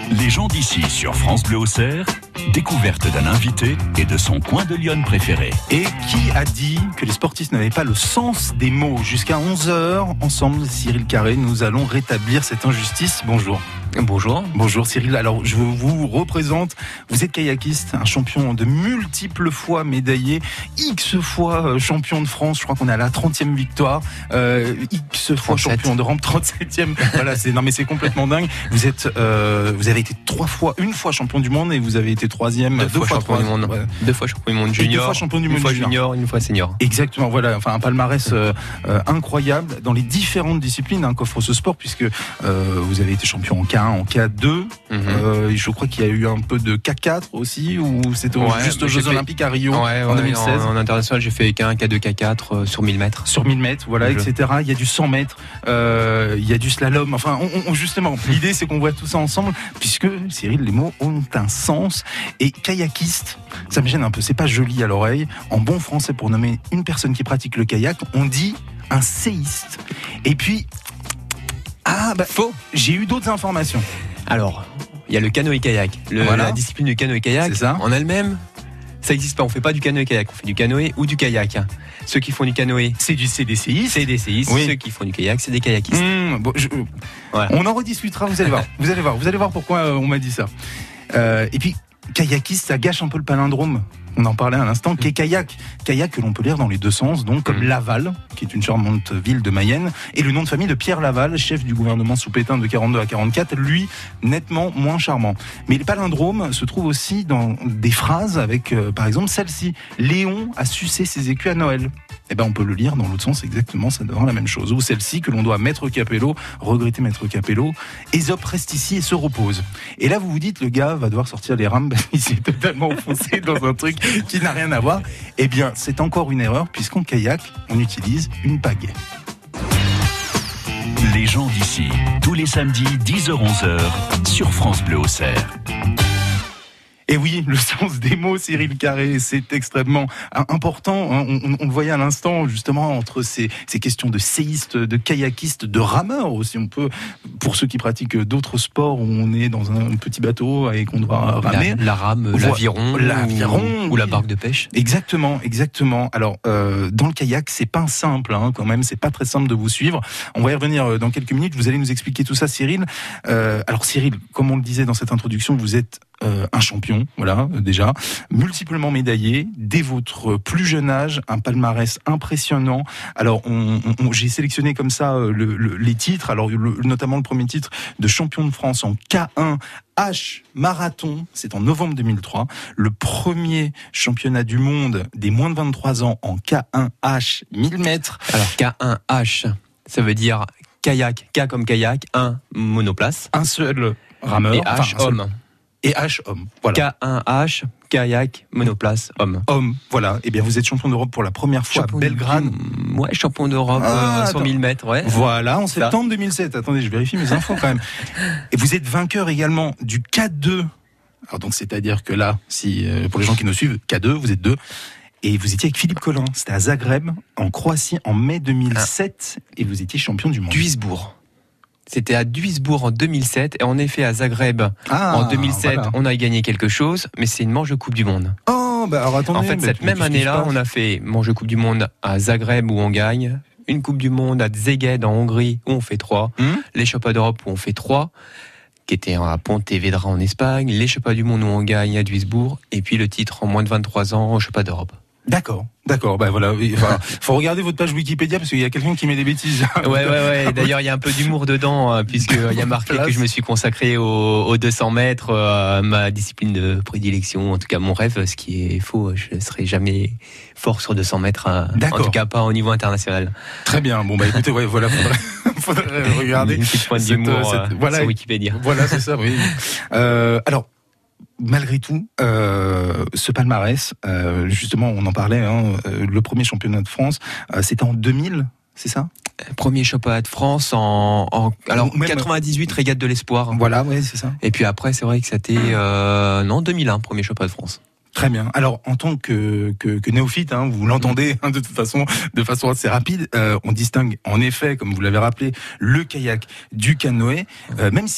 Les gens d'ici sur France Bleu Auxerre, découverte d'un invité et de son coin de Lyon préféré. Et qui a dit que les sportifs n'avaient pas le sens des mots ? Jusqu'à 11h, ensemble, Cyril Carré, nous allons rétablir cette injustice. Bonjour. Bonjour. Bonjour Cyril, alors je vous représente, vous êtes kayakiste, un champion de multiples fois médaillé, X fois champion de France, je crois qu'on est à la 30e victoire, X fois 37. champion d'Europe, 37e, voilà, c'est complètement dingue. Vous avez été une fois champion du monde et vous avez été troisième, deux fois champion du monde, ouais. 2 fois champion du monde junior, 2 fois champion du monde une fois junior, une fois senior. Exactement, voilà, enfin un palmarès incroyable dans les différentes disciplines qu'offre ce sport, puisque vous avez été champion en K1, en K2, je crois qu'il y a eu un peu de K4 aussi, ou c'était juste aux Jeux Olympiques à Rio en 2016. En international, j'ai fait K1, K2, K4 sur 1000 mètres. Sur 1000 mètres, voilà, etc. Il y a du 100 mètres, il y a du slalom. Enfin, justement, l'idée c'est qu'on voit tout ça ensemble, puisque, Cyril, les mots ont un sens. Et kayakiste, ça me gêne un peu, c'est pas joli à l'oreille. En bon français, pour nommer une personne qui pratique le kayak, on dit un séiste. Et puis... faux. J'ai eu d'autres informations. Alors, il y a le canoë-kayak. La discipline du canoë-kayak, en elle-même, ça n'existe pas. On ne fait pas du canoë-kayak. On fait du canoë ou du kayak. Ceux qui font du canoë, c'est des séistes. Oui. Ceux qui font du kayak, c'est des kayakistes. Voilà. On en rediscutera, vous allez voir. Vous allez voir pourquoi on m'a dit ça. Et puis, kayakiste, ça gâche un peu le palindrome. On en parlait à l'instant, qui est kayak. Kayak que l'on peut lire dans les deux sens, donc comme Laval, qui est une charmante ville de Mayenne, et le nom de famille de Pierre Laval, chef du gouvernement sous Pétain de 42 à 44, lui, nettement moins charmant. Mais le palindrome se trouve aussi dans des phrases avec, par exemple, celle-ci. Léon a sucé ses écus à Noël. Eh ben, on peut le lire dans l'autre sens exactement, ça devient la même chose. Ou celle-ci que l'on doit à Maître Capello, regretter Maître Capello. Ésope reste ici et se repose. Et là, vous vous dites, le gars va devoir sortir les rames, il s'est totalement enfoncé dans un truc qui n'a rien à voir. Eh bien, c'est encore une erreur, puisqu'en kayak, on utilise une pagaie. Les gens d'ici, tous les samedis, 10h-11h, sur France Bleu Auxerre. Et oui, le sens des mots, Cyril Carré, c'est extrêmement important. On le voyait à l'instant, justement, entre ces questions de séistes, de kayakistes, de rameurs aussi. On peut, pour ceux qui pratiquent d'autres sports où on est dans un petit bateau et qu'on doit ramer. La rame, l'aviron ou la barque de pêche. Exactement. Alors, dans le kayak, c'est pas simple, quand même. C'est pas très simple de vous suivre. On va y revenir dans quelques minutes. Vous allez nous expliquer tout ça, Cyril. Alors, Cyril, comme on le disait dans cette introduction, vous êtes un champion, voilà, déjà, multiplement médaillé, dès votre plus jeune âge, un palmarès impressionnant. Alors, j'ai sélectionné comme ça les titres, alors notamment le premier titre de champion de France en K1 H marathon, c'est en novembre 2003, le premier championnat du monde des moins de 23 ans en K1 H 1000 mètres. Alors, K1 H, ça veut dire kayak, K comme kayak, 1 monoplace. Un seul rameur. Et H, homme. Et H, homme. Voilà. K1H, kayak, monoplace, homme. Homme, voilà. Eh bien, vous êtes champion d'Europe pour la première fois à Belgrade. Ouais, champion d'Europe sur 1000 mètres, ouais. Voilà, en septembre 2007. Attendez, je vérifie mes infos quand même. Et vous êtes vainqueur également du K2. Alors donc, c'est-à-dire que là, si pour les gens qui nous suivent, K2, vous êtes 2. Et vous étiez avec Philippe Collin. C'était à Zagreb, en Croatie, en mai 2007. Et vous étiez champion du monde. Duisbourg. C'était à Duisbourg en 2007 et en effet à Zagreb en 2007 voilà. On a gagné quelque chose, mais c'est une manche de Coupe du Monde. Oh, bah alors attendez. En fait, cette même année-là, on a fait manche de Coupe du Monde à Zagreb où on gagne, une Coupe du Monde à Szeged en Hongrie où on fait 3, les Championnats d'Europe où on fait 3, qui était à Pontevedra en Espagne, les Championnats du Monde où on gagne à Duisbourg, et puis le titre en moins de 23 ans au Championnat d'Europe. D'accord. Bah voilà. Faut regarder votre page Wikipédia parce qu'il y a quelqu'un qui met des bêtises. Ouais. D'ailleurs, il y a un peu d'humour dedans puisqu'il y a marqué que je me suis consacré aux 200 mètres, ma discipline de prédilection, en tout cas mon rêve, ce qui est faux. Je ne serai jamais fort sur 200 mètres, en tout cas pas au niveau international. Très bien. Bon, bah écoutez, ouais, voilà, faudrait regarder. Une petite pointe d'humour sur Wikipédia. Voilà, c'est ça, oui. Alors, malgré tout, ce palmarès, justement, on en parlait, le premier championnat de France, c'était en 2000, c'est ça ? Premier championnat de France alors 98 régate de l'espoir. Voilà, ouais, c'est ça. Et puis après, c'est vrai que c'était 2001, premier championnat de France. Très bien. Alors, en tant que néophyte, vous l'entendez de toute façon, de façon assez rapide, on distingue en effet, comme vous l'avez rappelé, le kayak du canoë, même si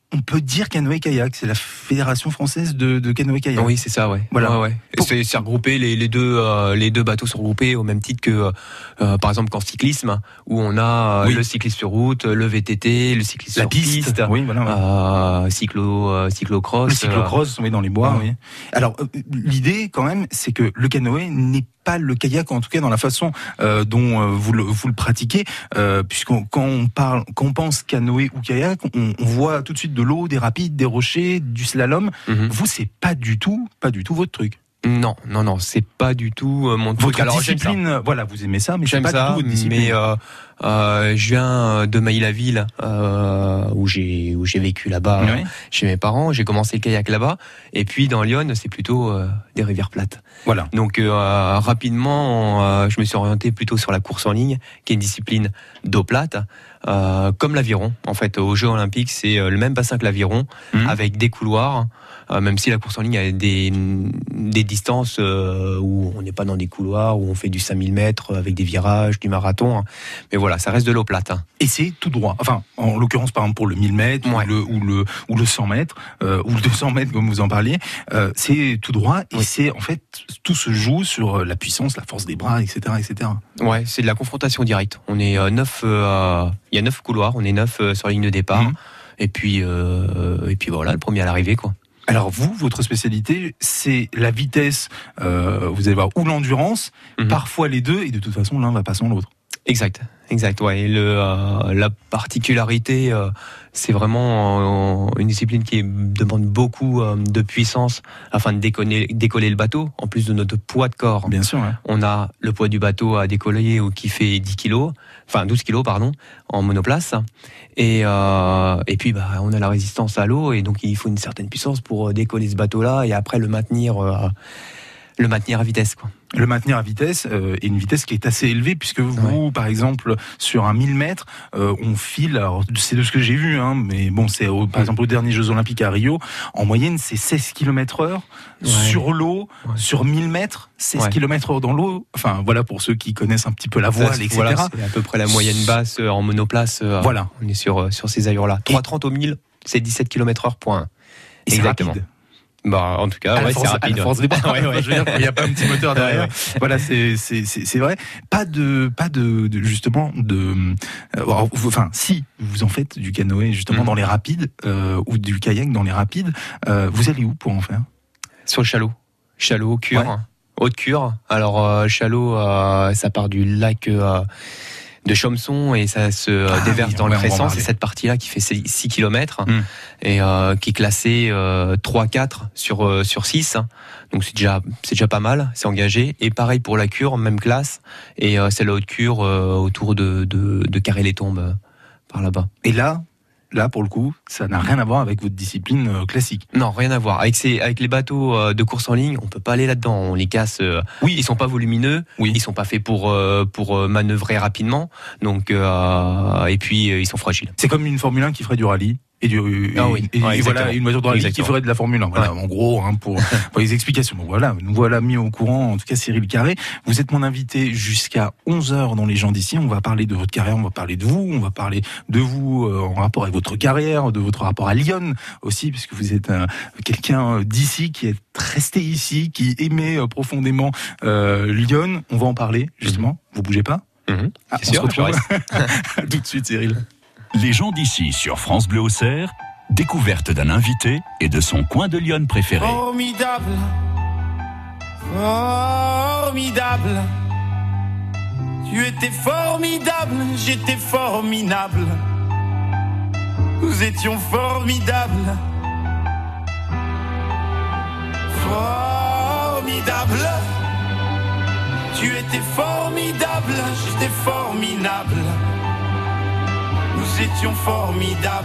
on peut dire canoë-kayak. C'est la Fédération française de canoë-kayak. Oui, c'est ça, ouais. Voilà. Ouais. C'est regroupé, les deux bateaux sont regroupés au même titre que, par exemple, qu'en cyclisme, où on a le cyclisme sur route, le VTT, le cyclisme sur piste. Oui, voilà. Cyclocross. Le cyclocross, dans les bois, oui. Alors, l'idée, quand même, c'est que le canoë n'est pas le kayak, en tout cas dans la façon dont vous le pratiquez, puisqu'on quand on pense canoë ou kayak, on voit tout de suite de l'eau, des rapides, des rochers, du slalom. Vous, c'est pas du tout votre truc. Non, c'est pas du tout mon truc. Votre discipline, voilà, vous aimez ça, mais c'est pas du tout votre discipline. Mais je viens de Mailly-la-Ville, où j'ai vécu là-bas chez mes parents. J'ai commencé le kayak là-bas, et puis dans Lyon, c'est plutôt des rivières plates. Voilà. Donc rapidement, je me suis orienté plutôt sur la course en ligne, qui est une discipline d'eau plate, comme l'aviron. En fait, aux Jeux Olympiques, c'est le même bassin que l'aviron, avec des couloirs. Même si la course en ligne a des distances où on n'est pas dans des couloirs, où on fait du 5000 mètres avec des virages, du marathon. Mais voilà, ça reste de l'eau plate. Et c'est tout droit. Enfin, en l'occurrence, par exemple, pour le 1000 mètres ou le 100 mètres, ou le 200 mètres, comme vous en parliez, c'est tout droit. Et c'est, en fait, tout se joue sur la puissance, la force des bras, etc., etc. Ouais, c'est de la confrontation directe. On est 9, il y a 9 couloirs, on est 9 sur la ligne de départ. Et puis voilà, le premier à l'arrivée, quoi. Alors vous, votre spécialité, c'est la vitesse, vous allez voir, ou l'endurance, parfois les deux, et de toute façon, l'un va pas sans l'autre. Exact, ouais. Et la particularité, c'est vraiment une discipline qui demande beaucoup de puissance afin de décoller le bateau, en plus de notre poids de corps. Bien sûr, ouais. On a le poids du bateau à décoller qui fait 12 kilos, en monoplace. Et puis, on a la résistance à l'eau, et donc il faut une certaine puissance pour décoller ce bateau-là, et après le maintenir à vitesse, quoi. Le maintenir à vitesse, et une vitesse qui est assez élevée, puisque vous, par exemple, sur un 1000 mètres, on file, alors c'est de ce que j'ai vu, mais bon, c'est par exemple aux derniers Jeux Olympiques à Rio, en moyenne c'est 16 km/h sur l'eau, sur 1000 mètres, 16 km/h dans l'eau, enfin voilà pour ceux qui connaissent un petit peu la voile, etc. Voilà, c'est à peu près la moyenne basse en monoplace, voilà. On est sur ces allures-là. 3,30 au 1000, c'est 17 km/h point 1. Et exactement. C'est rapide. C'est rapide. À la force des bras. Je veux dire, il n'y a pas un petit moteur derrière. Voilà, c'est vrai. Pas de justement si vous en faites du canoë justement dans les rapides ou du kayak dans les rapides, vous allez où pour en faire? Sur le Chalot, Cure, Haute-Cure. Alors Chalot, ça part du lac de Chaumson, et ça se déverse dans le Crescent. C'est cette partie-là qui fait 6 km et qui est classée 3-4 sur 6. Donc c'est déjà pas mal, c'est engagé. Et pareil pour la Cure, même classe. Et c'est la Haute-Cure autour de Carré-les-Tombes, par là-bas. Et là, pour le coup, ça n'a rien à voir avec votre discipline classique. Non, rien à voir. Avec les bateaux de course en ligne, on peut pas aller là-dedans. On les casse. Ils sont pas volumineux. Ils sont pas faits pour manœuvrer rapidement. Donc, et puis ils sont fragiles. C'est comme une Formule 1 qui ferait du rallye. Et voilà, une voiture de rallye qui ferait de la Formule 1. Voilà, en gros, pour les explications. Donc voilà, nous voilà mis au courant, en tout cas Cyril Carré. Vous êtes mon invité jusqu'à 11h dans Les gens d'ici. On va parler de votre carrière, on va parler de vous, on va parler de vous en rapport avec votre carrière, de votre rapport à Lyon aussi, puisque vous êtes quelqu'un d'ici qui est resté ici, qui aimait profondément Lyon. On va en parler, justement. Vous bougez pas? C'est sûr, je reste. Tout de suite, Cyril. Les gens d'ici sur France Bleu Auxerre, découverte d'un invité et de son coin de Lyon préféré. Formidable, formidable. Tu étais formidable, j'étais formidable. Nous étions formidables. Formidable. Tu étais formidable, j'étais formidable. Nous étions formidables.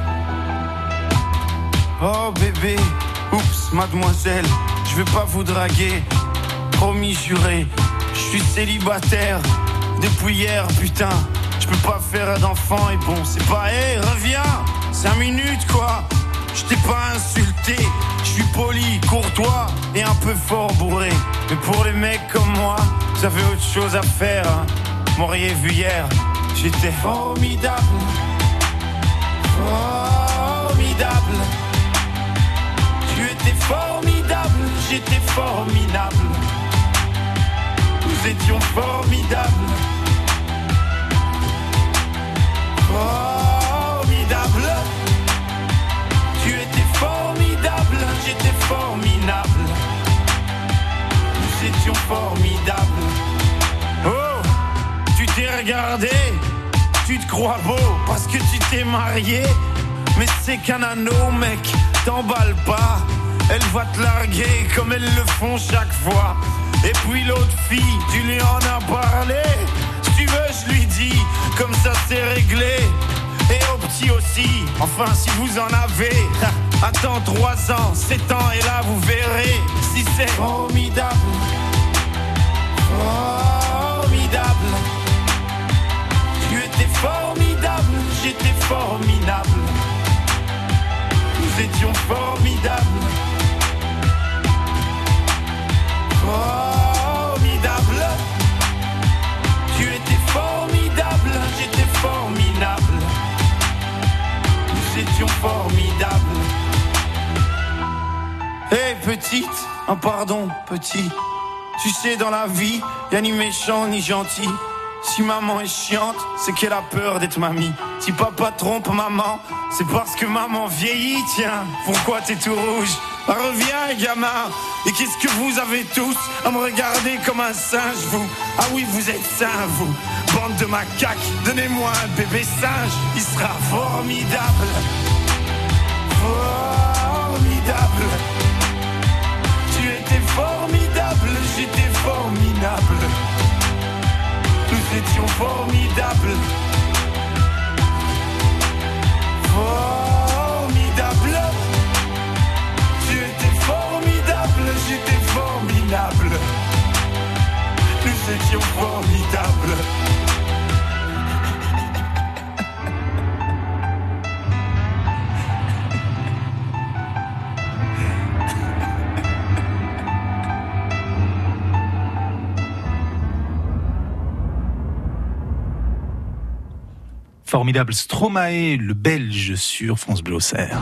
Oh bébé, oups, mademoiselle, je vais pas vous draguer. Promis, juré, je suis célibataire depuis hier, putain. Je peux pas faire d'enfant et bon, c'est pas, reviens, 5 minutes quoi. Je t'ai pas insulté, je suis poli, courtois et un peu fort bourré. Mais pour les mecs comme moi, vous avez autre chose à faire, hein. M'auriez vu hier, j'étais formidable. Formidable. formidable. Tu étais formidable, j'étais formidable. Nous étions formidables. Formidable. Tu étais formidable, j'étais formidable. Nous étions formidables. Oh, tu t'es regardé, tu te crois beau parce que tu t'es marié. Mais c'est qu'un anneau, mec, t'emballe pas. Elle va te larguer comme elles le font chaque fois. Et puis l'autre fille, tu lui en as parlé. Si tu veux, je lui dis, comme ça c'est réglé. Et au petit aussi, enfin si vous en avez. Attends 3 ans, 7 ans et là vous verrez si c'est formidable. Formidable. Tu étais formidable, j'étais formidable. Nous étions formidables. Formidable. Tu étais formidable, j'étais formidable. Nous étions formidables. Hé petite, oh pardon petit. Tu sais dans la vie, y'a ni méchant ni gentil. Si maman est chiante, c'est qu'elle a peur d'être mamie. Si papa trompe maman, c'est parce que maman vieillit. Tiens, pourquoi t'es tout rouge? Reviens gamin. Et qu'est-ce que vous avez tous à me regarder comme un singe, vous? Ah oui, vous êtes sains, vous. Bande de macaques, donnez-moi un bébé singe. Il sera formidable. Formidable. Tu étais formidable, j'étais formidable. Nous étions formidables. Formidable. Tu étais formidable, j'étais formidable. Nous étions formidables. Formidable Stromae, le Belge sur France Bleu Auxerre.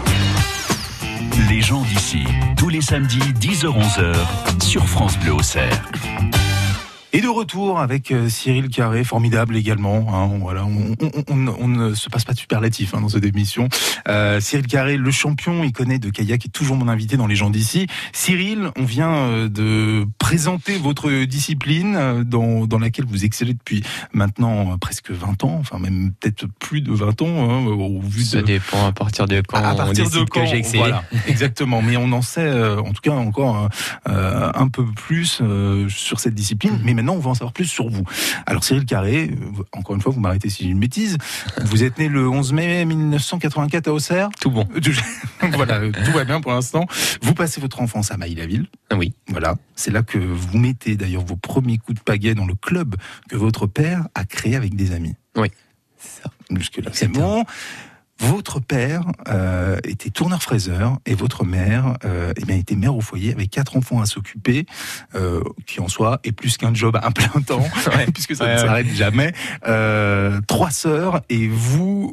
Les gens d'ici, tous les samedis 10h-11h sur France Bleu Auxerre. Et de retour avec Cyril Carré, formidable également. Hein, voilà, on ne se passe pas de superlatif dans cette émission. Cyril Carré, le champion, il connaît de kayak, est toujours mon invité dans Les gens d'ici. Cyril, on vient de présenter votre discipline dans laquelle vous excellez depuis maintenant presque 20 ans, enfin même peut-être plus de 20 ans. Hein, au vu ça dépend à partir de quand on décide que j'ai excellé. Voilà, exactement. Mais on en sait en tout cas encore un peu plus sur cette discipline. Mais maintenant, on va en savoir plus sur vous. Alors, Cyril Carré, encore une fois, vous m'arrêtez si j'ai une bêtise. Vous êtes né le 11 mai 1984 à Auxerre. Tout bon. Voilà, tout va bien pour l'instant. Vous passez votre enfance à Maille-la-Ville. Oui. Voilà. C'est là que vous mettez d'ailleurs vos premiers coups de pagaie dans le club que votre père a créé avec des amis. Oui. C'est ça. Jusque-là, c'est bon. Votre père était tourneur-fraiseur et votre mère était mère au foyer avec 4 enfants à s'occuper, qui en soi est plus qu'un job à plein temps, puisque ça ne s'arrête jamais. 3 sœurs et vous,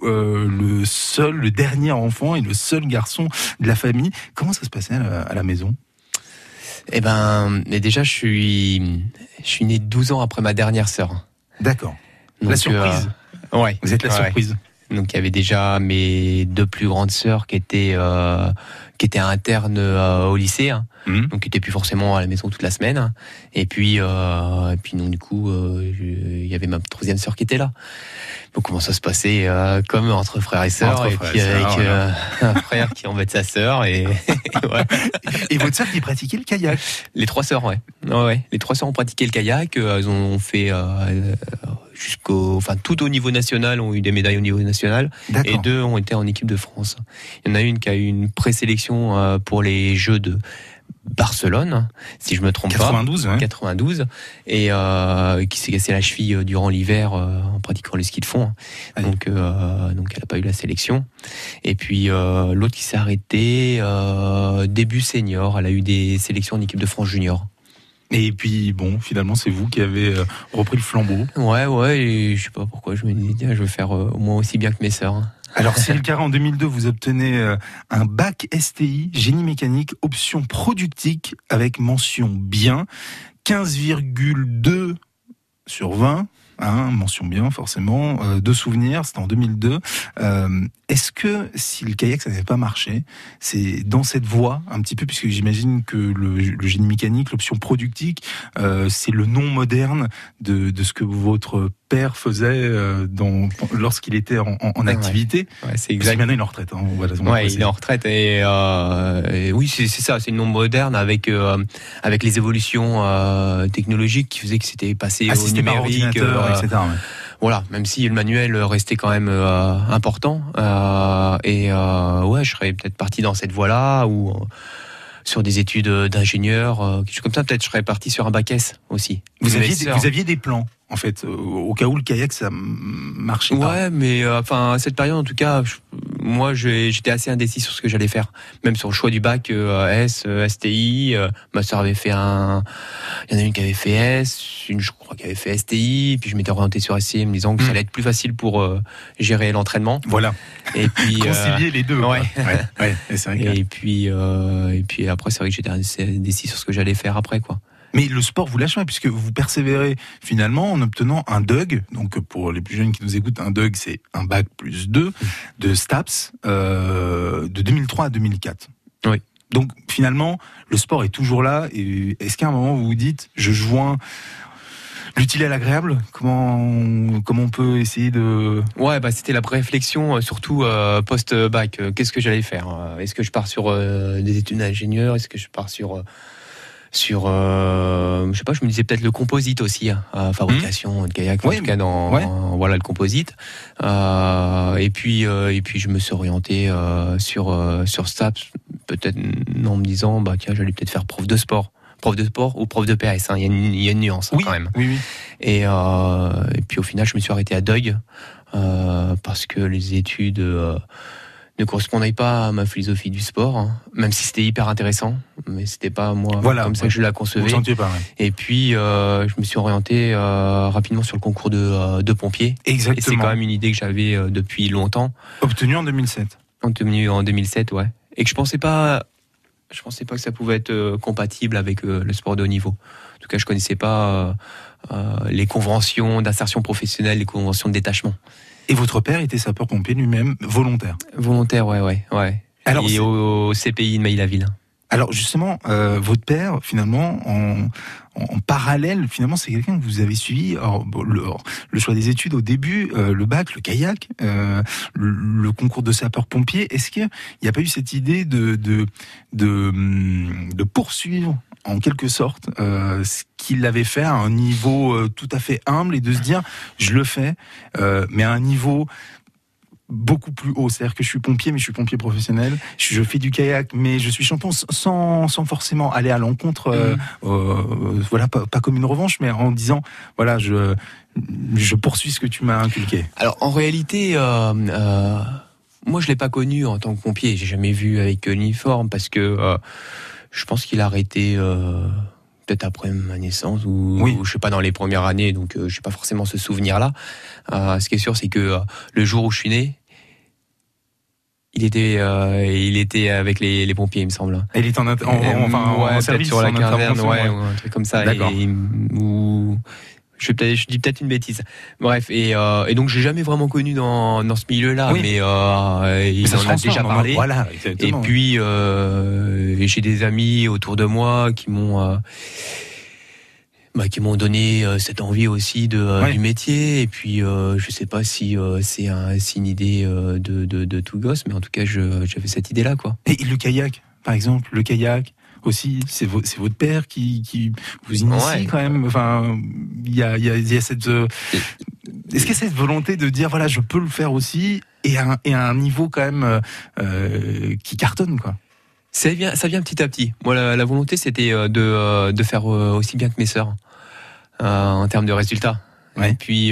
le dernier enfant et le seul garçon de la famille. Comment ça se passait à la maison ? Eh ben, déjà, je suis né 12 ans après ma dernière sœur. D'accord. Donc, la surprise. Ouais. Vous êtes la surprise. Donc il y avait déjà mes 2 plus grandes sœurs qui étaient internes au lycée, donc qui étaient plus forcément à la maison toute la semaine. Et puis donc du coup il y avait ma 3e sœur qui était là. Donc comment ça se passait comme entre frères et sœurs, avec un frère qui embête sa sœur et ouais. Et votre sœur qui pratiquait le kayak. Les 3 sœurs, ouais. Les 3 sœurs ont pratiqué le kayak. Elles ont fait tout au niveau national, ont eu des médailles au niveau national. D'accord. Et 2 ont été en équipe de France. Il y en a une qui a eu une présélection pour les Jeux de Barcelone, si je me trompe 92, pas. 92, et qui s'est cassé la cheville durant l'hiver en pratiquant le ski de fond. Donc elle n'a pas eu la sélection. Et puis l'autre qui s'est arrêtée début senior, elle a eu des sélections en équipe de France junior. Et puis bon, finalement, c'est vous qui avez repris le flambeau. Ouais, et je sais pas pourquoi je me disais, tiens, je veux faire au moins aussi bien que mes sœurs. Alors, Cyril Carré, en 2002, vous obtenez un bac STI, génie mécanique, option productique, avec mention bien, 15,2 sur 20. Mention bien, forcément. De souvenirs, c'était en 2002. Est-ce que si le kayak ça n'avait pas marché, c'est dans cette voie un petit peu, puisque j'imagine que le génie mécanique, l'option productique, c'est le nom moderne de ce que votre père faisait lorsqu'il était en activité. Ouais, c'est exact. Maintenant il est en retraite. Il est en retraite et oui, c'est ça, c'est le nom moderne avec les évolutions technologiques qui faisaient que c'était passé au numérique. Etc. Voilà, même si le manuel restait quand même important. Je serais peut-être parti dans cette voie-là ou sur des études d'ingénieur, quelque chose comme ça. Peut-être je serais parti sur un bac S aussi. Vous aviez des plans, en fait, au cas où le kayak ça marchait pas. Ouais, mais à cette période, en tout cas, moi, j'étais assez indécis sur ce que j'allais faire. Même sur le choix du bac S, STI. Ma sœur avait fait il y en a une qui avait fait S, une je crois qui avait fait STI. Puis je m'étais orienté sur STI, me disant que ça allait être plus facile pour gérer l'entraînement. Voilà. Et puis concilier les deux. Ouais. C'est vrai que... Et puis après, c'est vrai que j'étais assez indécis sur ce que j'allais faire après, quoi. Mais le sport vous lâche pas, puisque vous persévérez finalement en obtenant un DUG. Donc pour les plus jeunes qui nous écoutent, un DUG c'est un bac plus 2 de STAPS de 2003 à 2004. Oui. Donc finalement, le sport est toujours là. Et est-ce qu'à un moment vous vous dites, je joins l'utile à l'agréable? Comment on peut essayer de... Ouais, c'était la réflexion, surtout post-bac. Qu'est-ce que j'allais faire? Est-ce que je pars sur des études d'ingénieur? Est-ce que je pars sur je sais pas, je me disais peut-être le composite aussi, fabrication de kayak, en tout cas le composite. Et puis je me suis orienté sur STAPS, peut-être en me disant j'allais peut-être faire prof de sport ou prof de PS. Il y a une nuance quand même. Oui. Et puis au final, je me suis arrêté à DUG parce que les études ne correspondaient pas à ma philosophie du sport, même si c'était hyper intéressant, mais c'était pas moi comme ça que je la concevais. Et puis je me suis orienté rapidement sur le concours de pompier. Exactement. Et c'est quand même une idée que j'avais depuis longtemps. Obtenue en 2007. Obtenue en 2007, ouais. Et que je pensais pas que ça pouvait être compatible avec le sport de haut niveau. En tout cas, je connaissais pas les conventions d'insertion professionnelle, les conventions de détachement. Et votre père était sapeur-pompier lui-même, volontaire? Volontaire, ouais. Alors, et au CPI de Maillaville. Alors justement, votre père, finalement, en parallèle, finalement, c'est quelqu'un que vous avez suivi. Le choix des études au début, le bac, le kayak, le concours de sapeur-pompier. Est-ce qu'il n'y a pas eu cette idée de poursuivre en quelque sorte ce qu'il avait fait à un niveau tout à fait humble et de se dire je le fais, mais à un niveau beaucoup plus haut, c'est-à-dire que je suis pompier, mais je suis pompier professionnel. Je fais du kayak, mais je suis champion sans forcément aller à l'encontre. Pas comme une revanche, mais en disant voilà, je poursuis ce que tu m'as inculqué. Alors en réalité, moi je l'ai pas connu en tant que pompier. J'ai jamais vu avec l'uniforme parce que je pense qu'il a arrêté peut-être après ma naissance ou je sais pas, dans les premières années, donc j'ai pas forcément ce souvenir-là. Ce qui est sûr, c'est que le jour où je suis né, il était avec les pompiers, il me semble. Et il était en service sur la caserne, ou un truc comme ça. D'accord. Je dis peut-être une bêtise. Bref, et donc j'ai jamais vraiment connu dans ce milieu-là, mais il en a déjà parlé. Voilà, exactement. Et puis j'ai des amis autour de moi qui m'ont donné cette envie aussi du métier. Et puis je sais pas si c'est une idée de tout gosse, mais en tout cas j'avais cette idée-là, quoi. Et le kayak, par exemple, aussi, c'est votre père qui vous initie quand même. Enfin, il y a cette. Est-ce qu'il y a cette volonté de dire voilà, je peux le faire aussi et à un niveau quand même qui cartonne, quoi. Ça vient petit à petit. Moi, la volonté, c'était de faire aussi bien que mes sœurs en termes de résultats. Ouais. Et puis,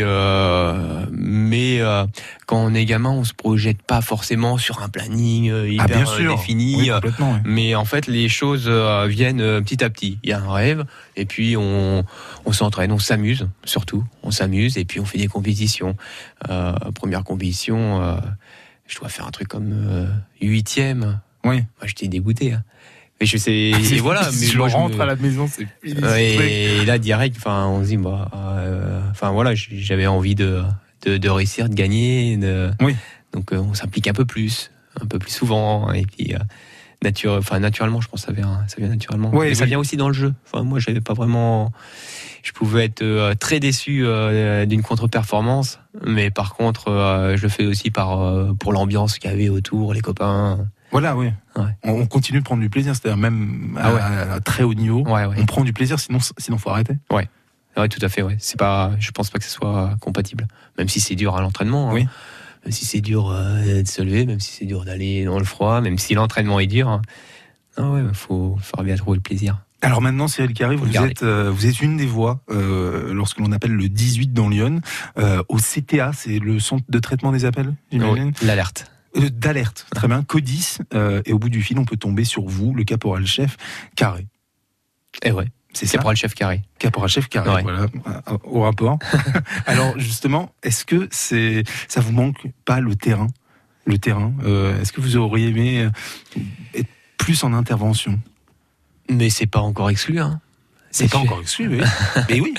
mais quand on est gamin, on se projette pas forcément sur un planning hyper défini. Oui, complètement, ouais. Mais en fait, les choses viennent petit à petit. Il y a un rêve, et puis on s'entraîne, on s'amuse surtout. On s'amuse, et puis on fait des compétitions. Première compétition, je dois faire un truc comme 8e. Oui. Moi, j'étais dégoûté. Hein. Mais je sais, et voilà. Mais je rentre à la maison, c'est fini. Et là, direct, on se dit, voilà, j'avais envie de réussir, de gagner. Oui. Donc, on s'implique un peu plus souvent. Et puis, naturellement, je pense que ça vient naturellement. Ouais, mais ça vient aussi dans le jeu. Moi, j'avais pas vraiment. Je pouvais être très déçu d'une contre-performance, mais par contre, je le fais aussi pour l'ambiance qu'il y avait autour, les copains. Voilà, oui. Ouais. On continue de prendre du plaisir, c'est-à-dire même à très haut niveau, ouais. on prend du plaisir, sinon faut arrêter. Ouais, tout à fait. Ouais. Je pense pas que ce soit compatible, même si c'est dur à l'entraînement. Oui. Hein. Même si c'est dur de se lever, même si c'est dur d'aller dans le froid, même si l'entraînement est dur. Hein. Faut bien trouver le plaisir. Alors maintenant, Cyril Carré, vous êtes une des voix lorsque l'on appelle le 18 dans Lyon, au CTA, c'est le centre de traitement des appels, j'imagine. L'alerte. D'alerte, très bien, CODIS, et au bout du fil, on peut tomber sur vous, le caporal-chef Carré. Eh ouais, c'est ça. Caporal-chef Carré. Caporal-chef Carré, ouais. Voilà, au rapport. Alors justement, est-ce que ça vous manque pas le terrain? Est-ce que vous auriez aimé être plus en intervention? Mais c'est pas encore exclu, hein. C'est pas encore exclu, oui. Mais oui.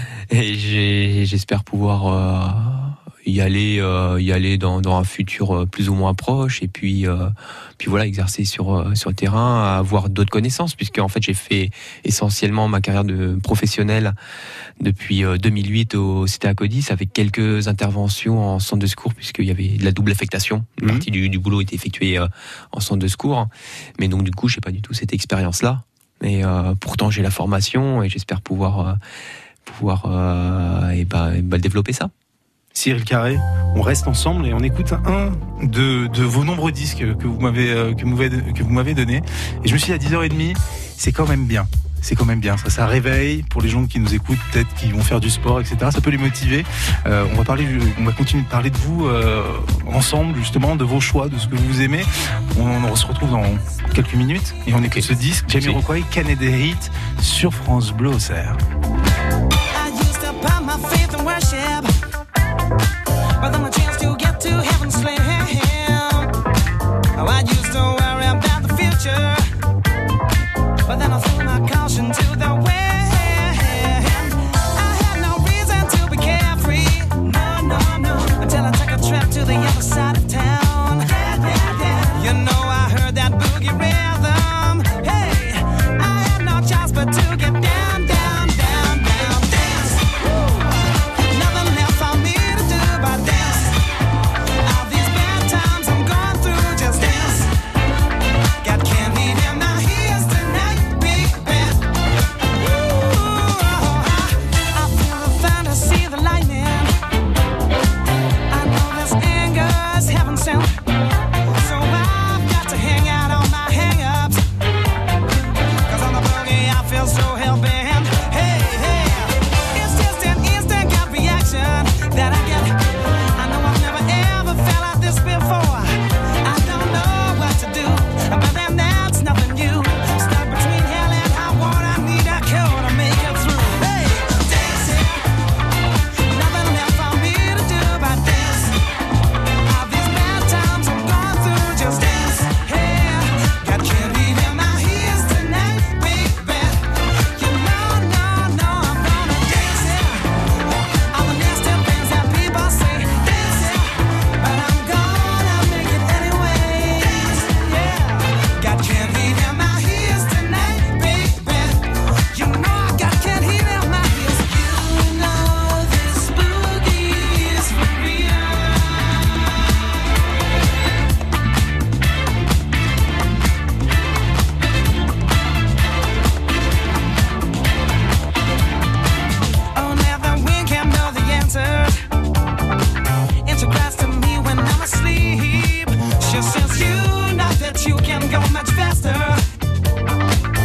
Et j'espère pouvoir y aller dans un futur plus ou moins proche, et puis voilà, exercer sur le terrain, avoir d'autres connaissances, puisque en fait j'ai fait essentiellement ma carrière de professionnel depuis 2008 au CTA CODIS, avec quelques interventions en centre de secours, puisqu'il y avait de la double affectation. Une partie du boulot était effectuée en centre de secours, mais donc du coup j'ai pas du tout cette expérience-là. Et pourtant j'ai la formation, et j'espère pouvoir développer ça. Cyril Carré, on reste ensemble et on écoute un de vos nombreux disques que vous m'avez donné. Et je me suis dit à 10h30, c'est quand même bien. Ça réveille pour les gens qui nous écoutent, peut-être qui vont faire du sport, etc. Ça peut les motiver. On va continuer de parler de vous ensemble, justement, de vos choix, de ce que vous aimez. On se retrouve dans quelques minutes et on écoute ce disque, Jamiroquai, Canada Heat, sur France Bleu Auxerre. But then a chance to get to heaven slam. Oh, I used to worry about the future, but then I threw my caution to the wind. I had no reason to be carefree, no, until I took a trip to the other side of town. You know I heard that boogie rhythm. Hey, I had no choice but to get down.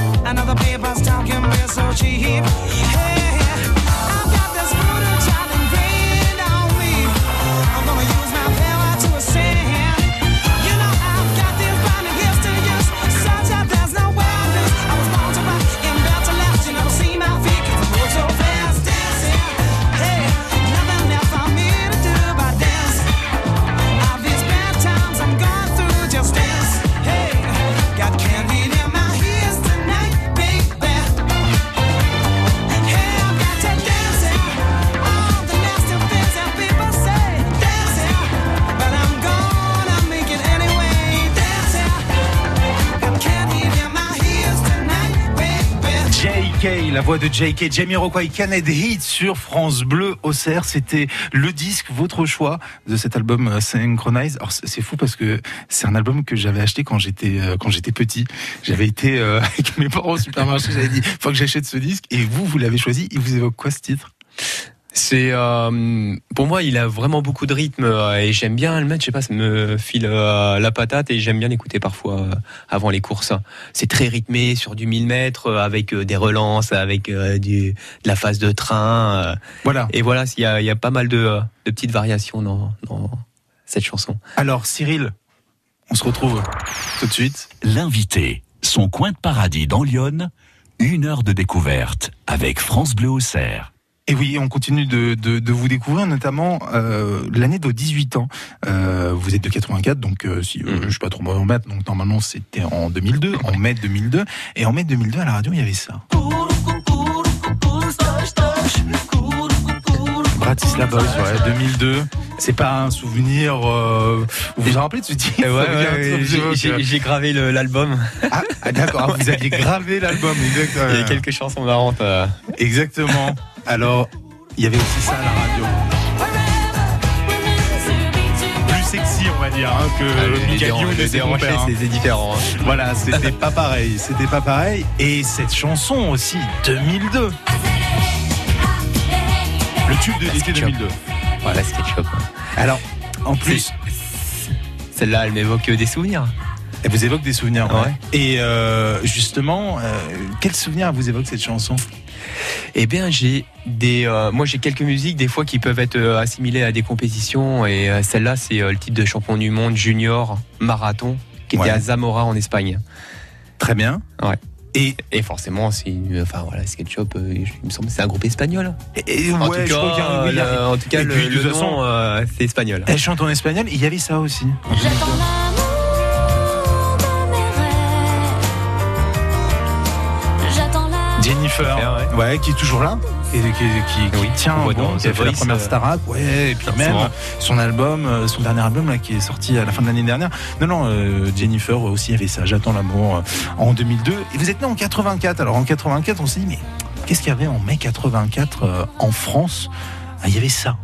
Another paper's talking, we're so cheap. Hey, I've got this voodoo child in JK, la voix de JK, Jamiroquai, Canet Hit sur France Bleu Auxerre. C'était le disque, votre choix de cet album Synchronize. Alors c'est fou parce que c'est un album que j'avais acheté quand j'étais petit. J'avais été avec mes parents au supermarché, j'avais dit faut que j'achète ce disque et vous l'avez choisi. Il vous évoque quoi ce titre ? C'est pour moi, il a vraiment beaucoup de rythme et j'aime bien le mettre. Je sais pas, ça me file la patate et j'aime bien l'écouter parfois avant les courses. C'est très rythmé sur du 1000 mètres avec des relances, avec de la phase de train. Voilà. Et voilà, il y a pas mal de petites variations dans cette chanson. Alors Cyril, on se retrouve tout de suite. L'invité, son coin de paradis dans Lyon, 1 heure de découverte avec France Bleu Auxerre. Et oui, on continue de vous découvrir, notamment l'année de 18 ans. Vous êtes de 84, donc si je suis pas trop mauvais en maths, donc normalement c'était en 2002, en mai 2002. Et en mai 2002, à la radio, il y avait ça. Bratislava Boys, ouais, 2002. C'est pas un souvenir. Vous vous rappelez de ce titre ? J'ai gravé l'album. Ah d'accord, vous aviez gravé l'album, exactement. Il y a quelques chansons marrantes. Exactement. Alors, il y avait aussi ça à la radio. Plus sexy, on va dire, que Michael Youn et ses compères. C'est différent. Voilà, c'était pas pareil. Et cette chanson aussi, 2002. Le tube de l'été 2002. Voilà, SketchUp. Alors, en plus, celle-là, elle m'évoque des souvenirs. Elle vous évoque des souvenirs, ouais. Et justement, quel souvenir vous évoque cette chanson ? Eh bien, moi j'ai quelques musiques des fois qui peuvent être assimilées à des compétitions et celle-là c'est le titre de champion du monde junior marathon qui était à Zamora en Espagne. Très bien. Ouais. Et forcément c'est SketchUp, il me semble que c'est un groupe espagnol. En tout cas le nom c'est espagnol. Elle chante en espagnol, il y avait ça aussi. Jennifer, ouais, qui est toujours là et qui tient bon, qui a fait la première Starac, et puis même son album, son dernier album là qui est sorti à la fin de l'année dernière. Non, Jennifer aussi avait ça. J'attends l'amour en 2002. Et vous êtes né en 84. Alors en 84, on s'est dit mais qu'est-ce qu'il y avait en mai 84 en France ? Il y avait ça.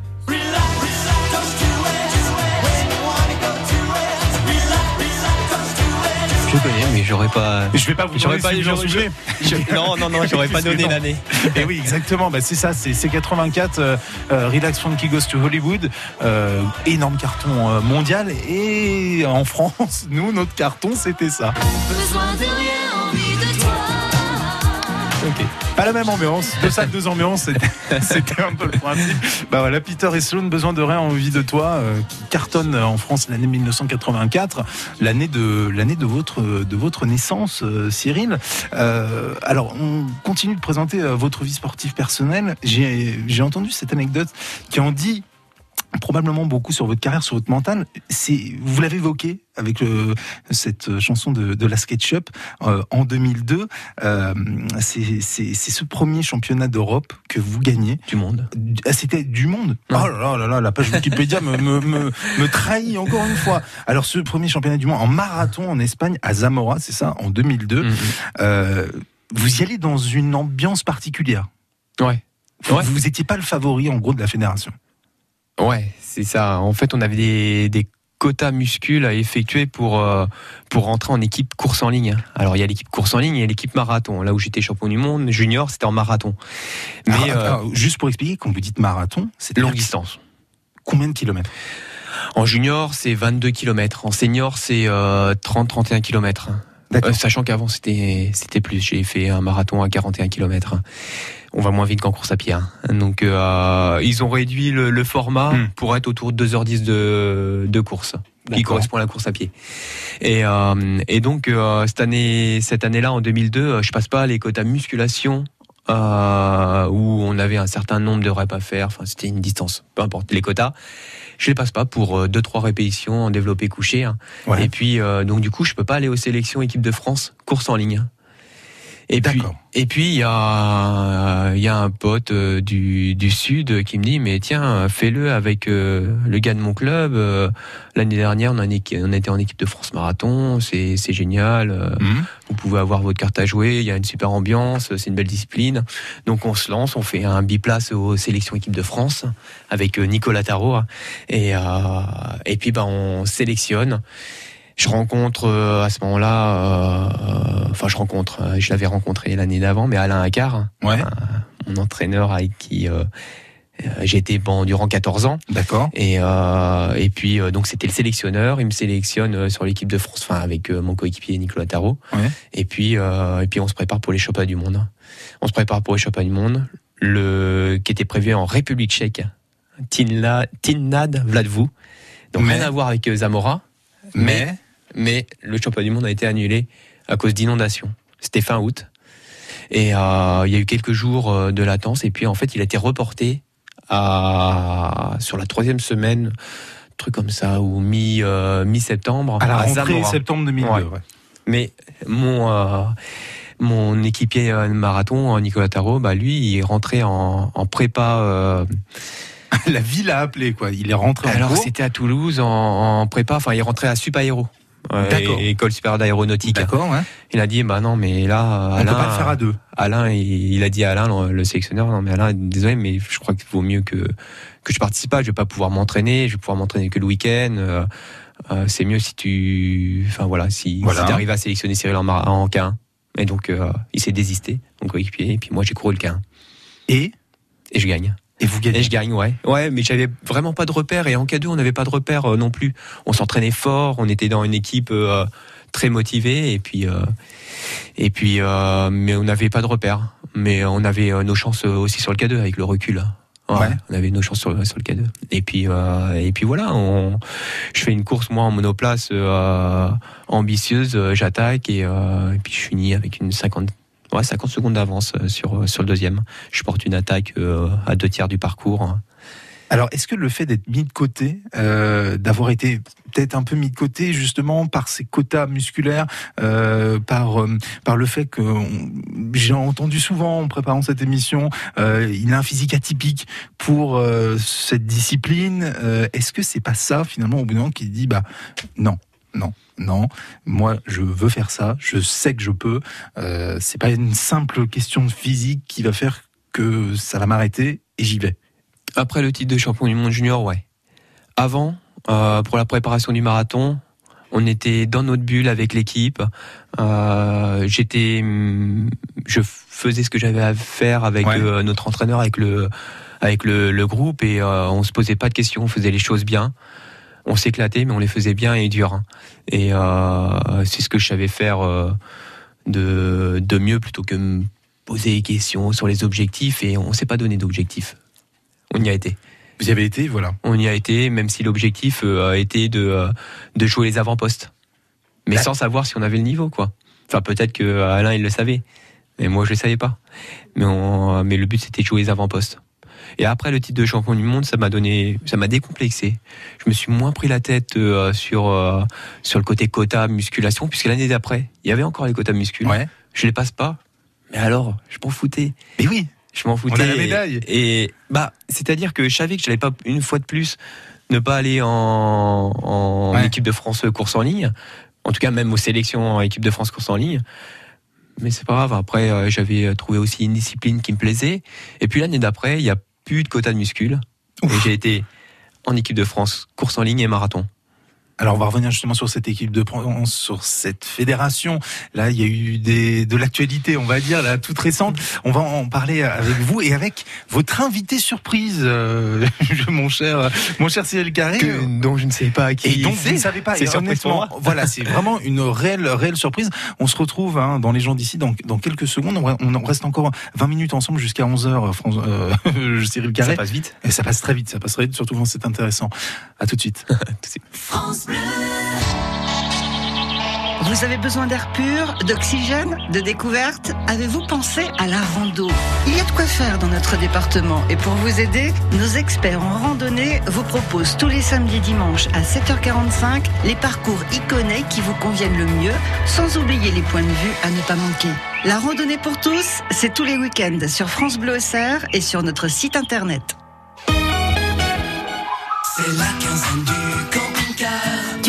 Je connais, mais j'aurais pas. Je vais pas vous j'aurais pas si vous souvenez. Non, j'aurais pas donné l'année. Et oui, exactement. C'est ça, c'est 84. Relax Funky Goes to Hollywood, énorme carton mondial. Et en France, nous, notre carton, c'était ça. Besoin de rien, envie de toi. Ok. Pas la même ambiance, deux salles, deux ambiances, c'était un peu le principe. Bah voilà, Peter et Sloan, Besoin de rien, envie de toi, qui cartonne en France l'année 1984, l'année de votre naissance, Cyril. Alors, on continue de présenter votre vie sportive personnelle. J'ai entendu cette anecdote qui en dit probablement beaucoup sur votre carrière, sur votre mental. Vous l'avez évoqué avec cette chanson de la SketchUp en 2002. C'est ce premier championnat d'Europe que vous gagnez. Du monde. C'était du monde. Ouais. Oh là là, la page Wikipédia me trahit encore une fois. Alors ce premier championnat du monde en marathon en Espagne à Zamora, c'est ça, en 2002. Vous y allez dans une ambiance particulière. Ouais. Vous étiez pas le favori en gros de la fédération. Ouais, c'est ça. En fait, on avait des quotas muscules à effectuer pour rentrer en équipe course en ligne. Alors, il y a l'équipe course en ligne et l'équipe marathon. Là où j'étais champion du monde, junior, c'était en marathon. Mais juste pour expliquer, quand vous dites marathon, c'est longue distance. Combien de kilomètres ? En junior, c'est 22 km. En senior, c'est 30-31 km. Sachant qu'avant, c'était plus. J'ai fait un marathon à 41 km. On va moins vite qu'en course à pied. Donc, ils ont réduit le format pour être autour de 2h10 de course, qui correspond à la course à pied. Et donc, cette année-là, en 2002, je passe pas les quotas musculation, où on avait un certain nombre de reps à faire. Enfin, c'était une distance, peu importe les quotas. Je les passe pas pour 2-3 répétitions en développé couché. Ouais. Et puis, donc du coup, je peux pas aller aux sélections équipe de France course en ligne. Et puis il y a un pote du sud qui me dit mais tiens, fais-le avec le gars de mon club. L'année dernière on était en équipe de France marathon, c'est génial. Vous vous pouvez avoir votre carte à jouer, il y a une super ambiance, c'est une belle discipline. Donc on se lance, on fait un biplace aux sélections équipe de France avec Nicolas Tarot et puis on sélectionne. Je rencontre à ce moment-là, je l'avais rencontré l'année d'avant, mais Alain Accard, mon entraîneur avec qui j'ai été durant 14 ans. D'accord. Et puis donc c'était le sélectionneur, il me sélectionne sur l'équipe de France, avec mon coéquipier Nicolas Tarot. Ouais. Et puis on se prépare pour les championnats du monde. On se prépare pour les championnats du monde, qui était prévu en République tchèque, Tinad Vladvu. Donc rien à voir avec Zamora. Mais le championnat du monde a été annulé à cause d'inondations. C'était fin août. Et il y a eu quelques jours de latence. Et puis en fait, il a été reporté sur la 3e semaine, truc comme ça, ou mi-septembre. À la rentrée Zamora. Septembre 2002. Ouais. Mais mon équipier marathon, Nicolas Tarot, lui, il est rentré en prépa. La ville a appelé, quoi. Il est rentré en cours. Alors, c'était à Toulouse, en prépa. Enfin, il est rentré à Supaéro. École supérieure d'aéronautique. D'accord, ouais. Il a dit, non, mais là, on Alain, peut pas le faire à deux. Alain, il a dit à Alain, le sélectionneur, non, mais Alain, désolé, mais je crois qu'il vaut mieux que je participe pas. Je vais pas pouvoir m'entraîner. Je vais pouvoir m'entraîner que le week-end. C'est mieux si si t'arrives à sélectionner Cyril en K1. Et donc, il s'est désisté, mon coéquipier. Et puis moi, j'ai couru le K1. Et je gagne. Et vous gagnez. Et je gagne, ouais. Ouais, mais j'avais vraiment pas de repères. Et en K2, on n'avait pas de repères non plus. On s'entraînait fort. On était dans une équipe très motivée. Et puis, mais on n'avait pas de repères. Mais on avait nos chances aussi sur le K2 avec le recul. Ouais. On avait nos chances sur le K2. Et puis voilà. Je fais une course moi en monoplace ambitieuse. J'attaque et puis je finis avec une 50 secondes d'avance sur le deuxième. Je porte une attaque à 2/3 du parcours. Alors, est-ce que le fait d'être mis de côté, d'avoir été peut-être un peu mis de côté justement par ces quotas musculaires, par le fait que j'ai entendu souvent en préparant cette émission, il a un physique atypique pour cette discipline. Est-ce que c'est pas ça finalement au bout d'un moment qui dit non, moi je veux faire ça, je sais que je peux. C'est pas une simple question de physique qui va faire que ça va m'arrêter et j'y vais. Après le titre de champion du monde junior, ouais. Avant, pour la préparation du marathon, on était dans notre bulle avec l'équipe. Je faisais ce que j'avais à faire avec notre entraîneur, avec le groupe, et on se posait pas de questions, on faisait les choses bien. On s'éclatait, mais on les faisait bien et dur. Et c'est ce que je savais faire de mieux, plutôt que me poser des questions sur les objectifs. Et on s'est pas donné d'objectifs. On y a été. Vous y avez été, voilà. On y a été, même si l'objectif a été de jouer les avant-postes. Mais sans savoir si on avait le niveau, quoi. Enfin, peut-être que Alain, il le savait. Mais moi, je le savais pas. Mais le but, c'était de jouer les avant-postes. Et après le titre de champion du monde, ça m'a décomplexé. Je me suis moins pris la tête sur le côté quota musculation, puisque l'année d'après, il y avait encore les quotas muscul. Ouais. Je les passe pas. Mais alors, je m'en foutais. Mais oui. Je m'en foutais. On a la médaille. Et c'est-à-dire que je savais que j'allais pas, une fois de plus, ne pas aller en équipe de France course en ligne. En tout cas, même aux sélections en équipe de France course en ligne. Mais c'est pas grave. Après, j'avais trouvé aussi une discipline qui me plaisait. Et puis l'année d'après, il y a plus de quota de muscul. Et j'ai été en équipe de France course en ligne et marathon. Alors on va revenir justement sur cette équipe de France, sur cette fédération. Là, il y a eu de l'actualité, on va dire, là, toute récente. On va en parler avec vous et avec votre invité surprise, mon cher Cyril Carré, dont je ne sais pas qui. Et donc vous ne savez pas. C'est surprise pour moi. Voilà, c'est vraiment une réelle surprise. On se retrouve dans Les gens d'ici dans quelques secondes. On reste encore 20 minutes ensemble jusqu'à 11h. Cyril Carré. Ça passe vite. Et ça passe très vite. Surtout quand c'est intéressant. À tout de suite. France Bleu. Vous avez besoin d'air pur, d'oxygène, de découverte? Avez-vous pensé à la rando? Il y a de quoi faire dans notre département et pour vous aider, nos experts en randonnée vous proposent tous les samedis et dimanches à 7h45 les parcours iconés qui vous conviennent le mieux, sans oublier les points de vue à ne pas manquer. La randonnée pour tous, c'est tous les week-ends sur France Bleu Auxerre et sur notre site internet. C'est la quinzaine du camping-car. Tu